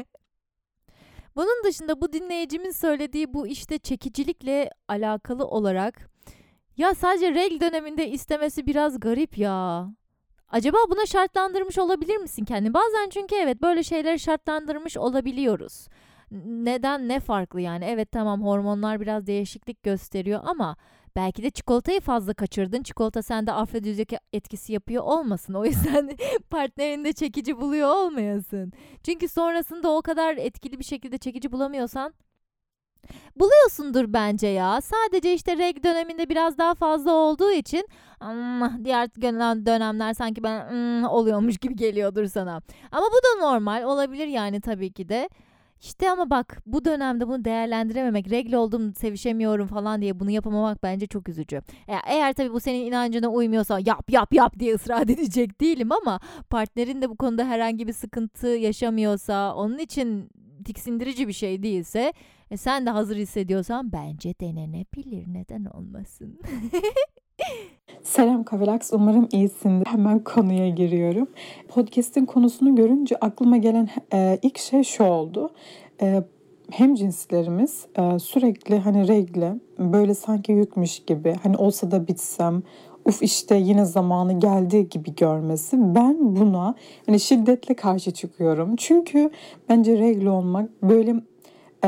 Bunun dışında bu dinleyicimin söylediği bu işte çekicilikle alakalı olarak, ya sadece regl döneminde istemesi biraz garip ya. Acaba buna şartlandırmış olabilir misin kendini? Bazen çünkü evet böyle şeyleri şartlandırmış olabiliyoruz. Neden, ne farklı yani? Evet tamam, hormonlar biraz değişiklik gösteriyor ama belki de çikolatayı fazla kaçırdın. Çikolata sende afrodizyak etkisi yapıyor olmasın. O yüzden partnerini de çekici buluyor olmayasın. Çünkü sonrasında o kadar etkili bir şekilde çekici bulamıyorsan buluyorsundur bence ya. Sadece işte regl döneminde biraz daha fazla olduğu için hmm, diğer dönemler sanki ben hmm, oluyormuş gibi geliyordur sana. Ama bu da normal olabilir yani, tabii ki de. İşte ama bak, bu dönemde bunu değerlendirememek, regl oldum sevişemiyorum falan diye bunu yapamamak bence çok üzücü. Eğer, eğer tabii bu senin inancına uymuyorsa yap yap yap diye ısrar edecek değilim ama partnerin de bu konuda herhangi bir sıkıntı yaşamıyorsa, onun için tiksindirici bir şey değilse, e sen de hazır hissediyorsan bence denenebilir, neden olmasın.
Selam Kafelaks, umarım iyisindir. Hemen konuya giriyorum. Podcast'in konusunu görünce aklıma gelen e, ilk şey şu oldu. E, hemcinslerimiz e, sürekli hani regle böyle sanki yükmüş gibi, hani olsa da bitsem, uf işte yine zamanı geldi gibi görmesi. Ben buna hani şiddetle karşı çıkıyorum. Çünkü bence regle olmak böyle Ee,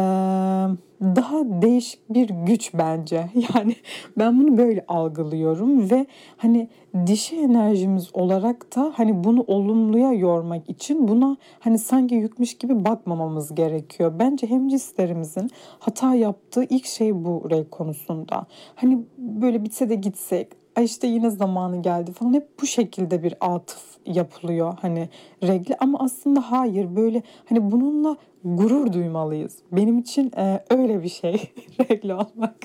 daha değişik bir güç bence. Yani ben bunu böyle algılıyorum ve hani dişi enerjimiz olarak da hani bunu olumluya yormak için buna hani sanki yükmüş gibi bakmamamız gerekiyor. Bence hemcinslerimizin hata yaptığı ilk şey bu regl konusunda. Hani böyle bitse de gitsek, ay işte yine zamanı geldi falan, hep bu şekilde bir atıf yapılıyor hani regli, ama aslında hayır, böyle hani bununla gurur duymalıyız. Benim için e, öyle bir şey regl olmak.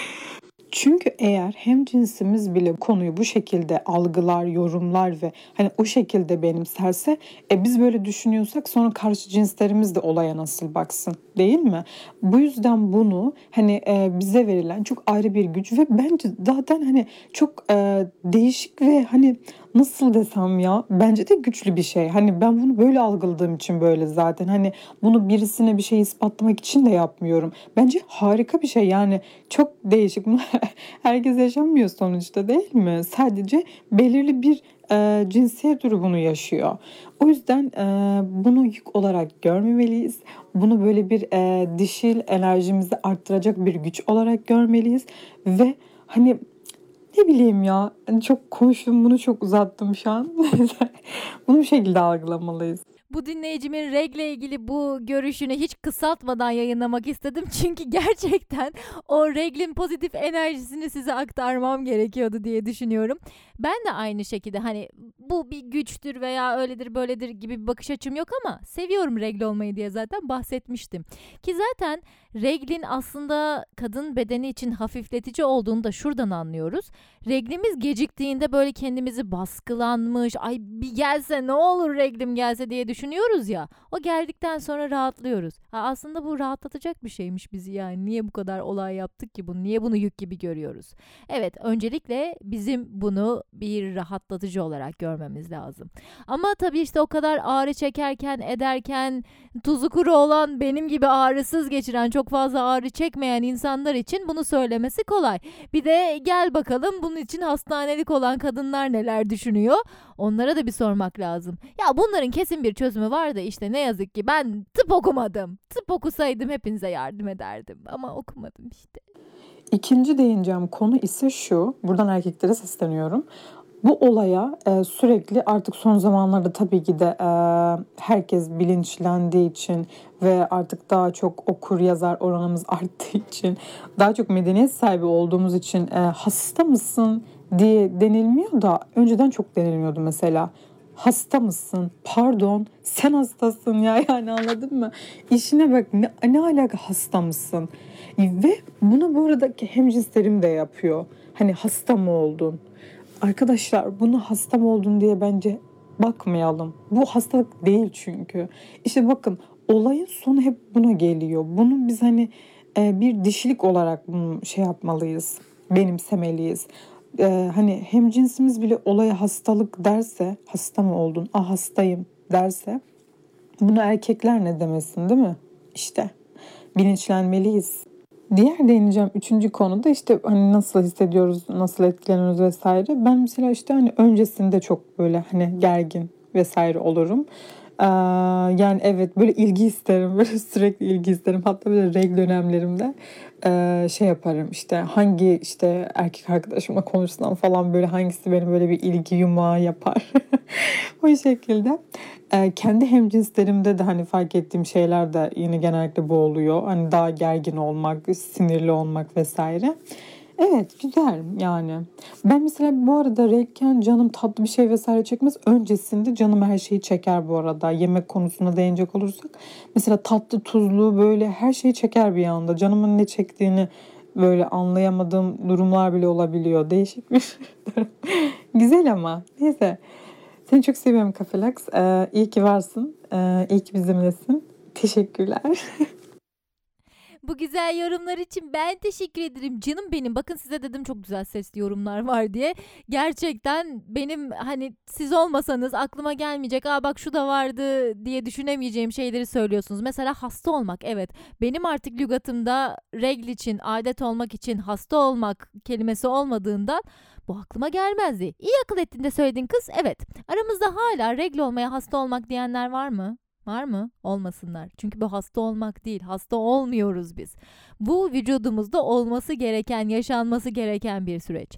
Çünkü eğer hemcinsimiz bile konuyu bu şekilde algılar, yorumlar ve hani o şekilde benimserse, e biz böyle düşünüyorsak sonra karşı cinslerimiz de olaya nasıl baksın, değil mi? Bu yüzden bunu hani e, bize verilen çok ayrı bir güç ve bence zaten hani çok e, değişik ve hani nasıl desem ya, bence de güçlü bir şey. Hani ben bunu böyle algıladığım için böyle zaten, hani bunu birisine bir şey ispatlamak için de yapmıyorum. Bence harika bir şey yani, çok değişik. Herkes yaşamıyor sonuçta, değil mi? Sadece belirli bir e, cinsiyet türü bunu yaşıyor. O yüzden e, bunu yük olarak görmemeliyiz. Bunu böyle bir e, dişil enerjimizi arttıracak bir güç olarak görmeliyiz. Ve hani ne bileyim ya, hani çok konuştum, bunu çok uzattım şu an. Bunu bu şekilde algılamalıyız.
Bu dinleyicimin regle ilgili bu görüşünü hiç kısaltmadan yayınlamak istedim. Çünkü gerçekten o reglin pozitif enerjisini size aktarmam gerekiyordu diye düşünüyorum. Ben de aynı şekilde hani bu bir güçtür veya öyledir böyledir gibi bir bakış açım yok ama seviyorum regl olmayı diye zaten bahsetmiştim. Ki zaten reglin aslında kadın bedeni için hafifletici olduğunu da şuradan anlıyoruz. Reglimiz geciktiğinde böyle kendimizi baskılanmış, ay bir gelse ne olur reglim gelse diye düşünüyoruz ya. O geldikten sonra rahatlıyoruz. Ha, aslında bu rahatlatacak bir şeymiş bizi yani. Niye bu kadar olay yaptık ki bunu? Niye bunu yük gibi görüyoruz? Evet, öncelikle bizim bunu bir rahatlatıcı olarak görmemiz görmemiz lazım. Ama tabii işte o kadar ağrı çekerken, ederken, tuzu kuru olan, benim gibi ağrısız geçiren, çok fazla ağrı çekmeyen insanlar için bunu söylemesi kolay. Bir de gel bakalım bunun için hastanelik olan kadınlar neler düşünüyor? Onlara da bir sormak lazım. Ya bunların kesin bir çözümü var da işte ne yazık ki ben tıp okumadım. Tıp okusaydım hepinize yardım ederdim ama okumadım işte.
İkinci değineceğim konu ise şu. Buradan erkeklere sesleniyorum. Bu olaya e, sürekli artık son zamanlarda tabii ki de e, herkes bilinçlendiği için ve artık daha çok okur yazar oranımız arttığı için, daha çok medeniyet sahibi olduğumuz için e, hasta mısın diye denilmiyor da önceden çok denilmiyordu mesela. Hasta mısın? Pardon, sen hastasın ya, yani anladın mı? İşine bak, ne, ne alaka hasta mısın? Ve bunu bu aradaki hemcinslerim de yapıyor. Hani hasta mı oldun? Arkadaşlar bunu hasta mı oldun diye bence bakmayalım. Bu hastalık değil çünkü. İşte bakın, olayın sonu hep buna geliyor. Bunu biz hani e, bir dişilik olarak bunu şey yapmalıyız, benimsemeliyiz. Ee, hani hemcinsimiz bile olaya hastalık derse, hasta mı oldun, ah hastayım derse, bunu erkekler ne demesin, değil mi? İşte bilinçlenmeliyiz. Diğer değineceğim üçüncü konuda işte hani nasıl hissediyoruz, nasıl etkileniyoruz vesaire. Ben mesela işte hani öncesinde çok böyle hani gergin vesaire olurum. Ee, yani evet, böyle ilgi isterim, böyle sürekli ilgi isterim. Hatta böyle regl dönemlerimde e, şey yaparım, işte hangi işte erkek arkadaşımla konuşsam falan, böyle hangisi benim böyle bir ilgi yumağı yapar. O şekilde. E, kendi hemcinslerimde de hani fark ettiğim şeyler de yine genellikle bu oluyor. Hani daha gergin olmak, sinirli olmak vesaire. Evet, güzel yani. Ben mesela bu arada reglken canım tatlı bir şey vesaire çekmez. Öncesinde canım her şeyi çeker bu arada. Yemek konusuna değinecek olursak. Mesela tatlı, tuzlu, böyle her şeyi çeker bir anda. Canımın ne çektiğini böyle anlayamadığım durumlar bile olabiliyor. Değişik bir güzel ama. Neyse. Seni çok seviyorum Kafelax. Ee, iyi ki varsın. Ee, iyi ki bizimlesin. Teşekkürler.
Bu güzel yorumlar için ben teşekkür ederim canım benim. Bakın size dedim çok güzel sesli yorumlar var diye. Gerçekten benim hani siz olmasanız aklıma gelmeyecek, aa bak şu da vardı diye düşünemeyeceğim şeyleri söylüyorsunuz. Mesela hasta olmak, evet benim artık lügatımda regl için, adet olmak için hasta olmak kelimesi olmadığından bu aklıma gelmezdi. İyi akıl ettin de söyledin kız. Evet, aramızda hala regl olmaya hasta olmak diyenler var mı? Var mı? Olmasınlar. Çünkü bu hasta olmak değil. Hasta olmuyoruz biz. Bu vücudumuzda olması gereken, yaşanması gereken bir süreç.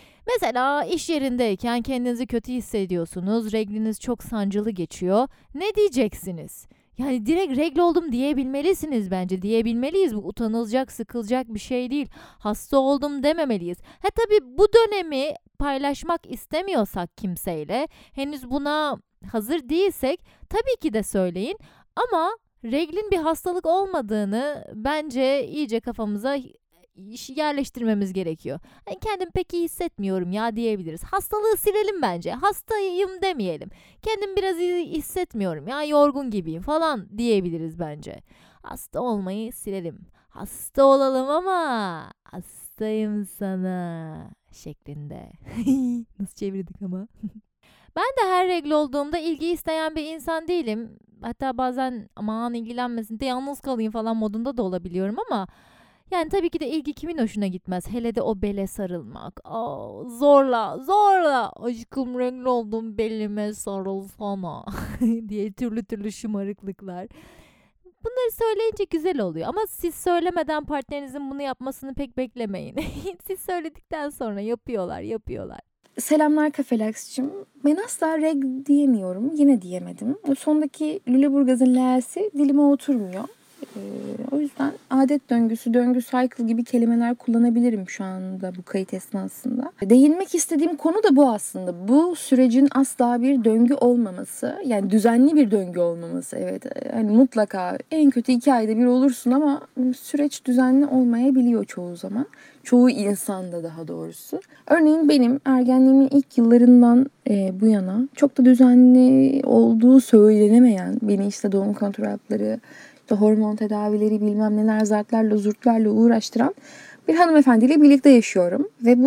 Mesela iş yerindeyken kendinizi kötü hissediyorsunuz. Regliniz çok sancılı geçiyor. Ne diyeceksiniz? Yani direkt regl oldum diyebilmelisiniz bence. Diyebilmeliyiz. Bu utanılacak, sıkılacak bir şey değil. Hasta oldum dememeliyiz. Ha tabii bu dönemi paylaşmak istemiyorsak kimseyle, henüz buna hazır değilsek tabii ki de söyleyin. Ama reglin bir hastalık olmadığını bence iyice kafamıza yerleştirmemiz gerekiyor. Yani kendim pek iyi hissetmiyorum ya diyebiliriz. Hastalığı silelim bence. Hastayım demeyelim. Kendim biraz iyi hissetmiyorum ya, yorgun gibiyim falan diyebiliriz bence. Hasta olmayı silelim. Hasta olalım ama hastayım sana şeklinde. Nasıl çevirdik ama. Ben de her regl olduğumda ilgi isteyen bir insan değilim. Hatta bazen aman ilgilenmesin de yalnız kalayım falan modunda da olabiliyorum ama yani tabii ki de ilgi kimin hoşuna gitmez. Hele de o bele sarılmak. Aa, zorla zorla aşkım regl oldum belime sarılsana diye türlü türlü şımarıklıklar. Bunları söyleyince güzel oluyor ama siz söylemeden partnerinizin bunu yapmasını pek beklemeyin. Siz söyledikten sonra yapıyorlar yapıyorlar.
Selamlar Kafelaks'cığım. Ben asla regl diyemiyorum. Yine diyemedim. O sondaki Lüleburgaz'ın L'si dilime oturmuyor. Ee, o yüzden adet döngüsü, döngü cycle gibi kelimeler kullanabilirim şu anda bu kayıt esnasında. Değinmek istediğim konu da bu aslında. Bu sürecin asla bir döngü olmaması. Yani düzenli bir döngü olmaması. Evet, hani mutlaka en kötü iki ayda bir olursun ama süreç düzenli olmayabiliyor çoğu zaman. Çoğu insanda daha doğrusu. Örneğin benim ergenliğimin ilk yıllarından e, bu yana çok da düzenli olduğu söylenemeyen, beni işte doğum kontrol hapları, işte hormon tedavileri, bilmem neler, zartlarla zurtlarla uğraştıran bir hanımefendiyle birlikte yaşıyorum. Ve bu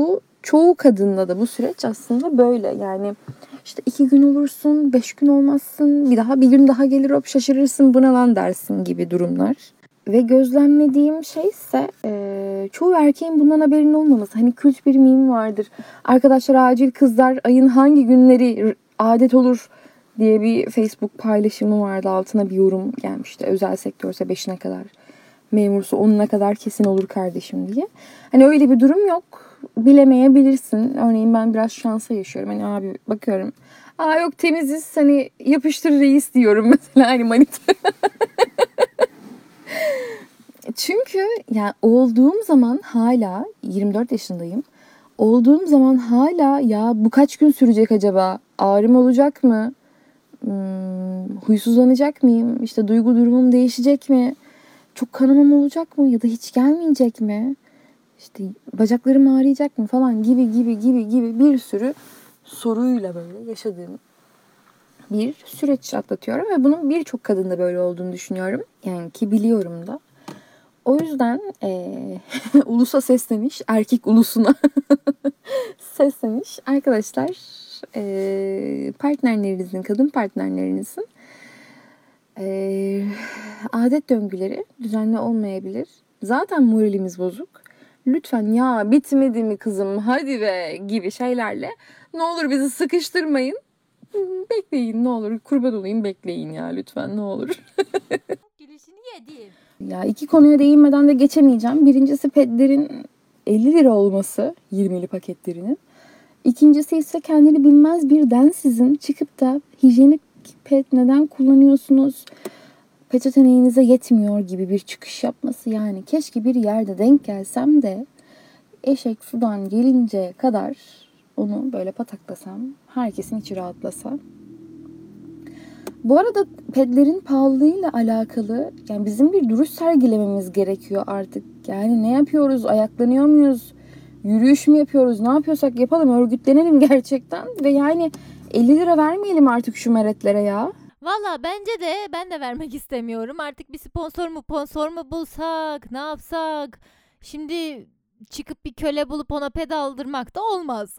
çoğu kadında da bu süreç aslında böyle. Yani işte iki gün olursun, beş gün olmazsın, bir daha bir gün daha gelir hop şaşırırsın, buna lan dersin gibi durumlar. Ve gözlemlediğim şey ise e, çoğu erkeğin bundan haberinin olmaması. Hani kült bir meme vardır. Arkadaşlar acil kızlar ayın hangi günleri adet olur diye bir Facebook paylaşımı vardı. Altına bir yorum gelmişti. Özel sektörse beşine kadar, memursa onuna kadar kesin olur kardeşim diye. Hani öyle bir durum yok. Bilemeyebilirsin. Örneğin ben biraz şansa yaşıyorum. Hani abi bakıyorum. Aa yok temiziz, hani yapıştır reis diyorum mesela, hani manita. Çünkü yani olduğum zaman hala yirmi dört yaşındayım. Olduğum zaman hala ya bu kaç gün sürecek acaba? Ağrım olacak mı? Hmm, huysuzlanacak mıyım? İşte duygu durumum değişecek mi? Çok kanamam olacak mı? Ya da hiç gelmeyecek mi? İşte bacaklarım ağrıyacak mı falan gibi gibi gibi gibi bir sürü soruyla böyle yaşadığım bir süreç atlatıyorum. Ve bunun birçok kadında böyle olduğunu düşünüyorum. Yani ki biliyorum da. O yüzden e, ulusa sesleniş, erkek ulusuna sesleniş. Arkadaşlar e, partnerlerinizin, kadın partnerlerinizin e, adet döngüleri düzenli olmayabilir. Zaten moralimiz bozuk. Lütfen ya bitmedi mi kızım hadi be gibi şeylerle ne olur bizi sıkıştırmayın. Bekleyin ne olur, kurban olayım, bekleyin ya lütfen ne olur.
Gülüşünü yedim.
Ya iki konuya değinmeden de geçemeyeceğim. Birincisi pedlerin elli lira olması, yirmili paketlerinin. İkincisi ise kendini bilmez bir densizin çıkıp da hijyenik ped neden kullanıyorsunuz? Peçete neyinize yetmiyor gibi bir çıkış yapması. Yani keşke bir yerde denk gelsem de eşek sudan gelince kadar onu böyle pataklasam, herkesin içi rahatlasa. Bu arada pedlerin pahalılığıyla alakalı yani bizim bir duruş sergilememiz gerekiyor artık. Yani ne yapıyoruz? Ayaklanıyor muyuz? Yürüyüş mü yapıyoruz? Ne yapıyorsak yapalım, örgütlenelim gerçekten. Ve yani elli lira vermeyelim artık şu meretlere ya.
Valla bence de ben de vermek istemiyorum. Artık bir sponsor mu sponsor mu bulsak, ne yapsak? Şimdi çıkıp bir köle bulup ona ped aldırmak da olmaz.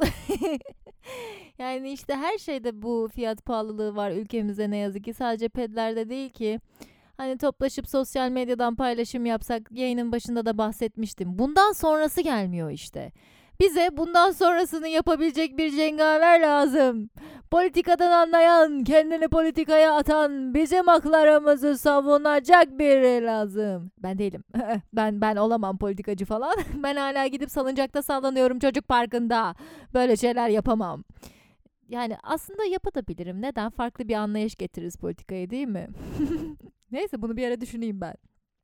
Yani işte her şeyde bu fiyat pahalılığı var ülkemizde ne yazık ki. Sadece pedlerde değil ki. Hani toplaşıp sosyal medyadan paylaşım yapsak, yayının başında da bahsetmiştim. Bundan sonrası gelmiyor işte. Bize bundan sonrasını yapabilecek bir cengaver lazım. Politikadan anlayan, kendini politikaya atan, bizim haklarımızı savunacak biri lazım. Ben değilim. ben ben olamam politikacı falan. Ben hala gidip salıncakta sallanıyorum çocuk parkında. Böyle şeyler yapamam. Yani aslında yapabilirim. Neden? Farklı bir anlayış getiririz politikaya, değil mi? Neyse bunu bir ara düşüneyim ben.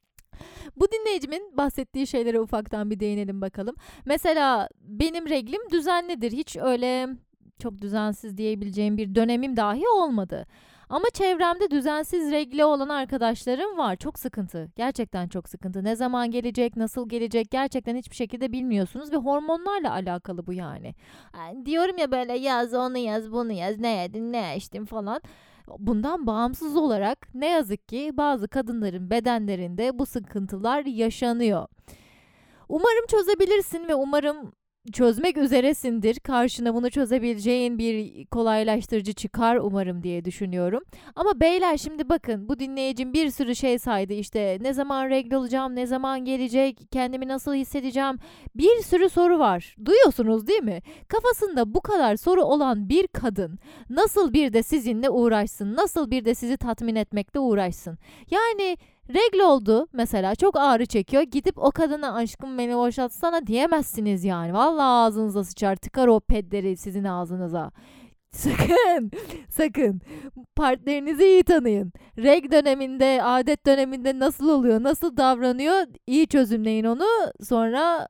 Bu dinleyicimin bahsettiği şeylere ufaktan bir değinelim bakalım. Mesela benim reglim düzenlidir. Hiç öyle çok düzensiz diyebileceğim bir dönemim dahi olmadı. Ama çevremde düzensiz regli olan arkadaşlarım var. Çok sıkıntı. Gerçekten çok sıkıntı. Ne zaman gelecek, nasıl gelecek gerçekten hiçbir şekilde bilmiyorsunuz ve hormonlarla alakalı bu yani. Yani diyorum ya böyle yaz onu yaz bunu yaz ne yedin ne içtin falan. Bundan bağımsız olarak ne yazık ki bazı kadınların bedenlerinde bu sıkıntılar yaşanıyor. Umarım çözebilirsin ve umarım çözmek üzeresindir. Karşına bunu çözebileceğin bir kolaylaştırıcı çıkar umarım diye düşünüyorum. Ama beyler şimdi bakın bu dinleyicim bir sürü şey saydı. İşte ne zaman regl olacağım, ne zaman gelecek, kendimi nasıl hissedeceğim. Bir sürü soru var. Duyuyorsunuz değil mi? Kafasında bu kadar soru olan bir kadın nasıl bir de sizinle uğraşsın? Nasıl bir de sizi tatmin etmekle uğraşsın? Yani regl oldu mesela, çok ağrı çekiyor. Gidip o kadına aşkım beni boşaltsana diyemezsiniz yani. Vallahi ağzınıza sıçar, tıkar o pedleri sizin ağzınıza. Sakın, sakın. Partnerinizi iyi tanıyın. Regl döneminde, adet döneminde nasıl oluyor, nasıl davranıyor iyi çözümleyin onu. Sonra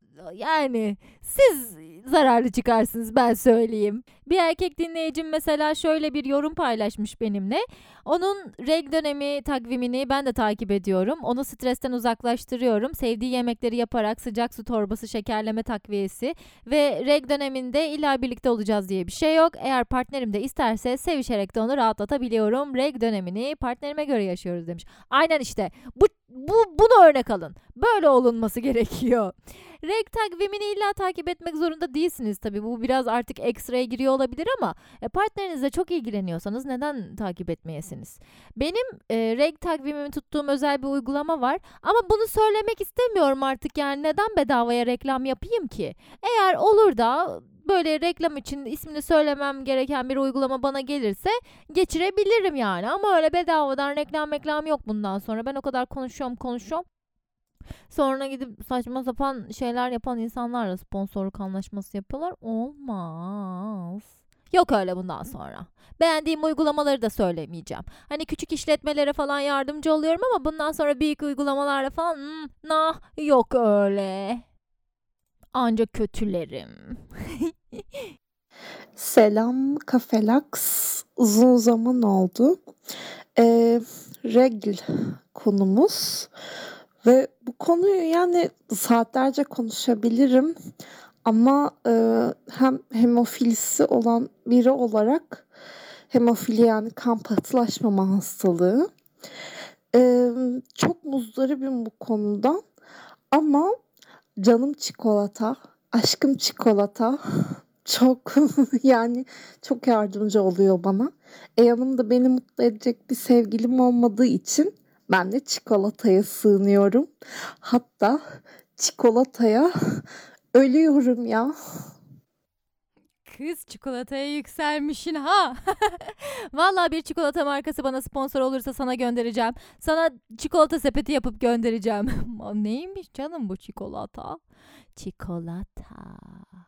yani siz zararlı çıkarsınız, ben söyleyeyim. Bir erkek dinleyicim mesela şöyle bir yorum paylaşmış benimle. Onun regl dönemi takvimini ben de takip ediyorum. Onu stresten uzaklaştırıyorum. Sevdiği yemekleri yaparak sıcak su torbası, şekerleme takviyesi ve regl döneminde illa birlikte olacağız diye bir şey yok. Eğer partnerim de isterse sevişerek de onu rahatlatabiliyorum. Regl dönemini partnerime göre yaşıyoruz demiş. Aynen işte. Bu bu bunu örnek alın. Böyle olunması gerekiyor. Reg takvimini illa takip etmek zorunda değilsiniz tabii. Bu biraz artık ekstraya giriyor olabilir ama e, partnerinizle çok ilgileniyorsanız neden takip etmeyesiniz? Benim e, reg takvimimi tuttuğum özel bir uygulama var ama bunu söylemek istemiyorum artık, yani neden bedavaya reklam yapayım ki? Eğer olur da böyle reklam için ismini söylemem gereken bir uygulama bana gelirse geçirebilirim yani. Ama öyle bedavadan reklam reklam yok bundan sonra. Ben o kadar konuşuyorum konuşuyorum. Sonra gidip saçma sapan şeyler yapan insanlarla sponsorluk anlaşması yapıyorlar. Olmaz. Yok öyle bundan sonra. Beğendiğim uygulamaları da söylemeyeceğim. Hani küçük işletmelere falan yardımcı oluyorum ama bundan sonra büyük uygulamalarla falan hmm, nah yok öyle. Ancak kötülerim.
Selam Kafelaks. Uzun zaman oldu. Ee, regl konumuz. Ve bu konuyu yani saatlerce konuşabilirim. Ama e, hem hemofilisi olan biri olarak, hemofili yani kan pıhtılaşmama hastalığı. E, çok muzdaribim bu konuda. Ama canım çikolata, aşkım çikolata çok yani çok yardımcı oluyor bana. E yanımda beni mutlu edecek bir sevgilim olmadığı için ben de çikolataya sığınıyorum. Hatta çikolataya ölüyorum ya.
Kız çikolataya yükselmişsin ha. Vallahi bir çikolata markası bana sponsor olursa sana göndereceğim. Sana çikolata sepeti yapıp göndereceğim. Neymiş canım bu çikolata? Çikolata.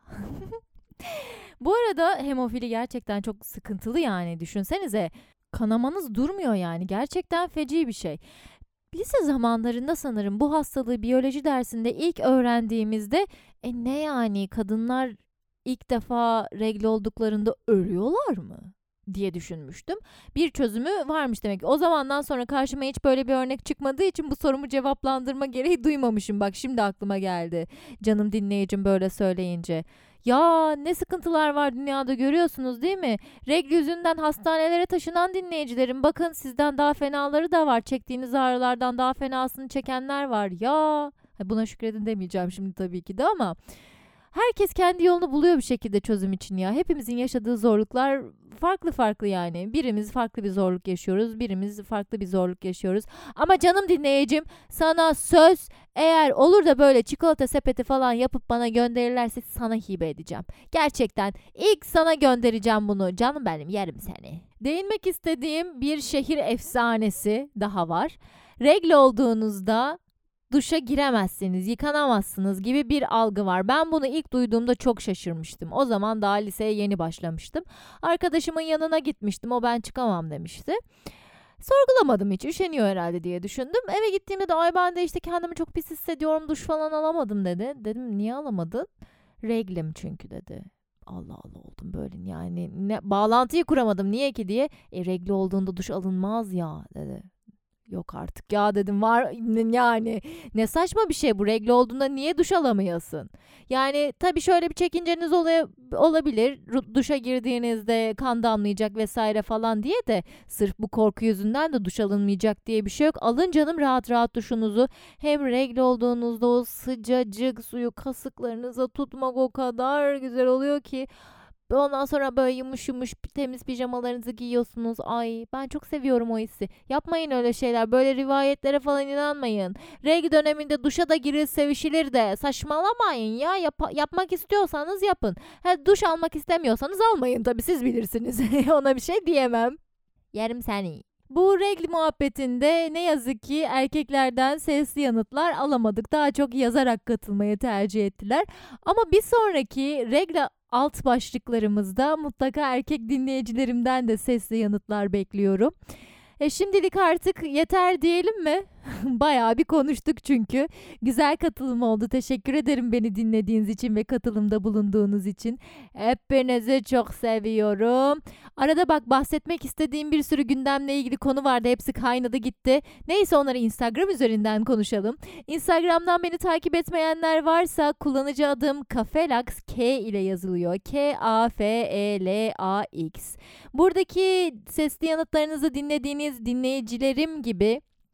Bu arada hemofili gerçekten çok sıkıntılı yani. Düşünsenize, kanamanız durmuyor yani. Gerçekten feci bir şey. Lise zamanlarında sanırım bu hastalığı biyoloji dersinde ilk öğrendiğimizde e ne yani, kadınlar ilk defa regl olduklarında ölüyorlar mı diye düşünmüştüm. Bir çözümü varmış demek ki. O zamandan sonra karşıma hiç böyle bir örnek çıkmadığı için bu sorumu cevaplandırma gereği duymamışım. Bak şimdi aklıma geldi. Canım dinleyicim böyle söyleyince. Ya ne sıkıntılar var dünyada, görüyorsunuz değil mi? Regl yüzünden hastanelere taşınan dinleyicilerim. Bakın sizden daha fenaları da var. Çektiğiniz ağrılardan daha fenasını çekenler var. Ya buna şükredin demeyeceğim şimdi tabii ki de ama herkes kendi yolunu buluyor bir şekilde çözüm için ya. Hepimizin yaşadığı zorluklar farklı farklı yani. Birimiz farklı bir zorluk yaşıyoruz, birimiz farklı bir zorluk yaşıyoruz. Ama canım dinleyicim, sana söz, eğer olur da böyle çikolata sepeti falan yapıp bana gönderirlerse sana hibe edeceğim. Gerçekten ilk sana göndereceğim bunu. Canım benim, yerim seni. Değinmek istediğim bir şehir efsanesi daha var. Regl olduğunuzda duşa giremezsiniz, yıkanamazsınız gibi bir algı var. Ben bunu ilk duyduğumda çok şaşırmıştım. O zaman daha liseye yeni başlamıştım. Arkadaşımın yanına gitmiştim. O ben çıkamam demişti. Sorgulamadım hiç. Üşeniyor herhalde diye düşündüm. Eve gittiğimde de ay ben de işte kendimi çok pis hissediyorum, duş falan alamadım dedi. Dedim niye alamadın? Reglim çünkü dedi. Allah Allah oldum böyle, yani ne, bağlantıyı kuramadım niye ki diye. E regli olduğunda duş alınmaz ya dedi. Yok artık ya dedim, var yani ne saçma bir şey bu, regl olduğunda niye duş alamayasın? Yani tabii şöyle bir çekinceniz olay- olabilir, duşa girdiğinizde kan damlayacak vesaire falan diye de sırf bu korku yüzünden de duş alınmayacak diye bir şey yok. Alın canım rahat rahat duşunuzu, hem regl olduğunuzda o sıcacık suyu kasıklarınıza tutmak o kadar güzel oluyor ki. Ondan sonra böyle yumuş yumuş temiz pijamalarınızı giyiyorsunuz. Ay ben çok seviyorum o hissi. Yapmayın öyle şeyler. Böyle rivayetlere falan inanmayın. Regl döneminde duşa da girir sevişilir de. Saçmalamayın ya. Yap- yapmak istiyorsanız yapın. Ha, duş almak istemiyorsanız almayın tabii, siz bilirsiniz. Ona bir şey diyemem. Yerim seni. Bu regl muhabbetinde ne yazık ki erkeklerden sesli yanıtlar alamadık. Daha çok yazarak katılmayı tercih ettiler. Ama bir sonraki regl alt başlıklarımızda mutlaka erkek dinleyicilerimden de sesli yanıtlar bekliyorum. E şimdilik artık yeter diyelim mi? Bayağı bir konuştuk çünkü. Güzel katılım oldu. Teşekkür ederim beni dinlediğiniz için ve katılımda bulunduğunuz için. Hepinizi çok seviyorum. Arada bak bahsetmek istediğim bir sürü gündemle ilgili konu vardı. Hepsi kaynadı gitti. Neyse onları Instagram üzerinden konuşalım. Instagram'dan beni takip etmeyenler varsa kullanıcı adım Kafelax, K ile yazılıyor. K A F E L A X. Buradaki sesli yanıtlarınızı dinlediğiniz dinleyicilerim gibi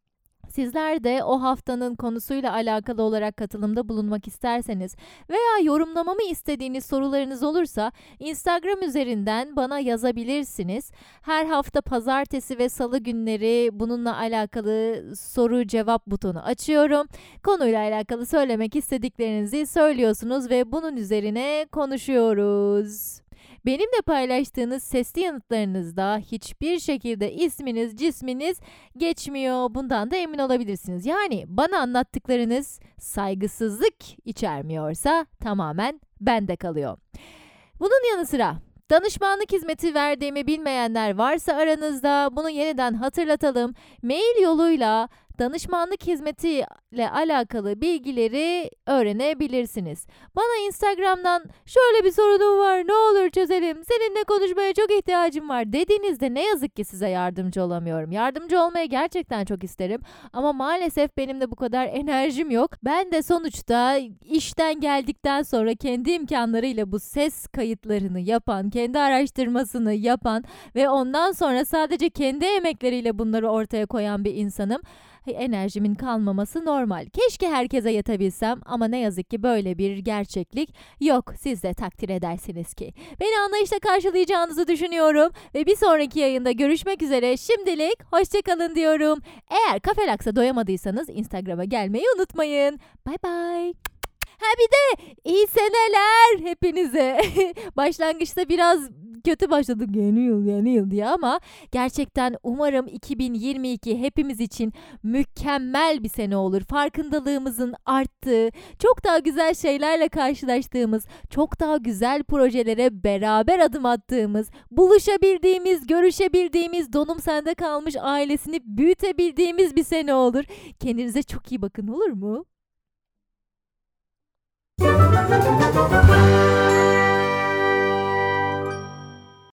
Sizler de o haftanın konusuyla alakalı olarak katılımda bulunmak isterseniz veya yorumlamamı istediğiniz sorularınız olursa Instagram üzerinden bana yazabilirsiniz. Her hafta pazartesi ve salı günleri bununla alakalı soru cevap butonu açıyorum. Konuyla alakalı söylemek istediklerinizi söylüyorsunuz ve bunun üzerine konuşuyoruz. Benimle paylaştığınız sesli yanıtlarınızda hiçbir şekilde isminiz, cisminiz geçmiyor. Bundan da emin olabilirsiniz. Yani bana anlattıklarınız saygısızlık içermiyorsa tamamen bende kalıyor. Bunun yanı sıra danışmanlık hizmeti verdiğimi bilmeyenler varsa aranızda bunu yeniden hatırlatalım. Mail yoluyla danışmanlık hizmetiyle alakalı bilgileri öğrenebilirsiniz. Bana Instagram'dan şöyle bir sorunum var, ne olur çözelim, seninle konuşmaya çok ihtiyacım var dediğinizde ne yazık ki size yardımcı olamıyorum. Yardımcı olmaya gerçekten çok isterim ama maalesef benim de bu kadar enerjim yok. Ben de sonuçta işten geldikten sonra kendi imkanlarıyla bu ses kayıtlarını yapan, kendi araştırmasını yapan ve ondan sonra sadece kendi emekleriyle bunları ortaya koyan bir insanım. Enerjimin kalmaması normal. Keşke herkese yatabilsem ama ne yazık ki böyle bir gerçeklik yok. Siz de takdir edersiniz ki. Beni anlayışla karşılayacağınızı düşünüyorum ve bir sonraki yayında görüşmek üzere. Şimdilik hoşçakalın diyorum. Eğer Cafe Lux'a doyamadıysanız Instagram'a gelmeyi unutmayın. Bye bye. Ha bir de iyi seneler hepinize. Başlangıçta biraz kötü başladık yeni yıl yeni yıl diye ama gerçekten umarım iki bin yirmi iki hepimiz için mükemmel bir sene olur. Farkındalığımızın arttığı, çok daha güzel şeylerle karşılaştığımız, çok daha güzel projelere beraber adım attığımız, buluşabildiğimiz, görüşebildiğimiz, Donum Sende Kalmış ailesini büyütebildiğimiz bir sene olur. Kendinize çok iyi bakın, olur mu?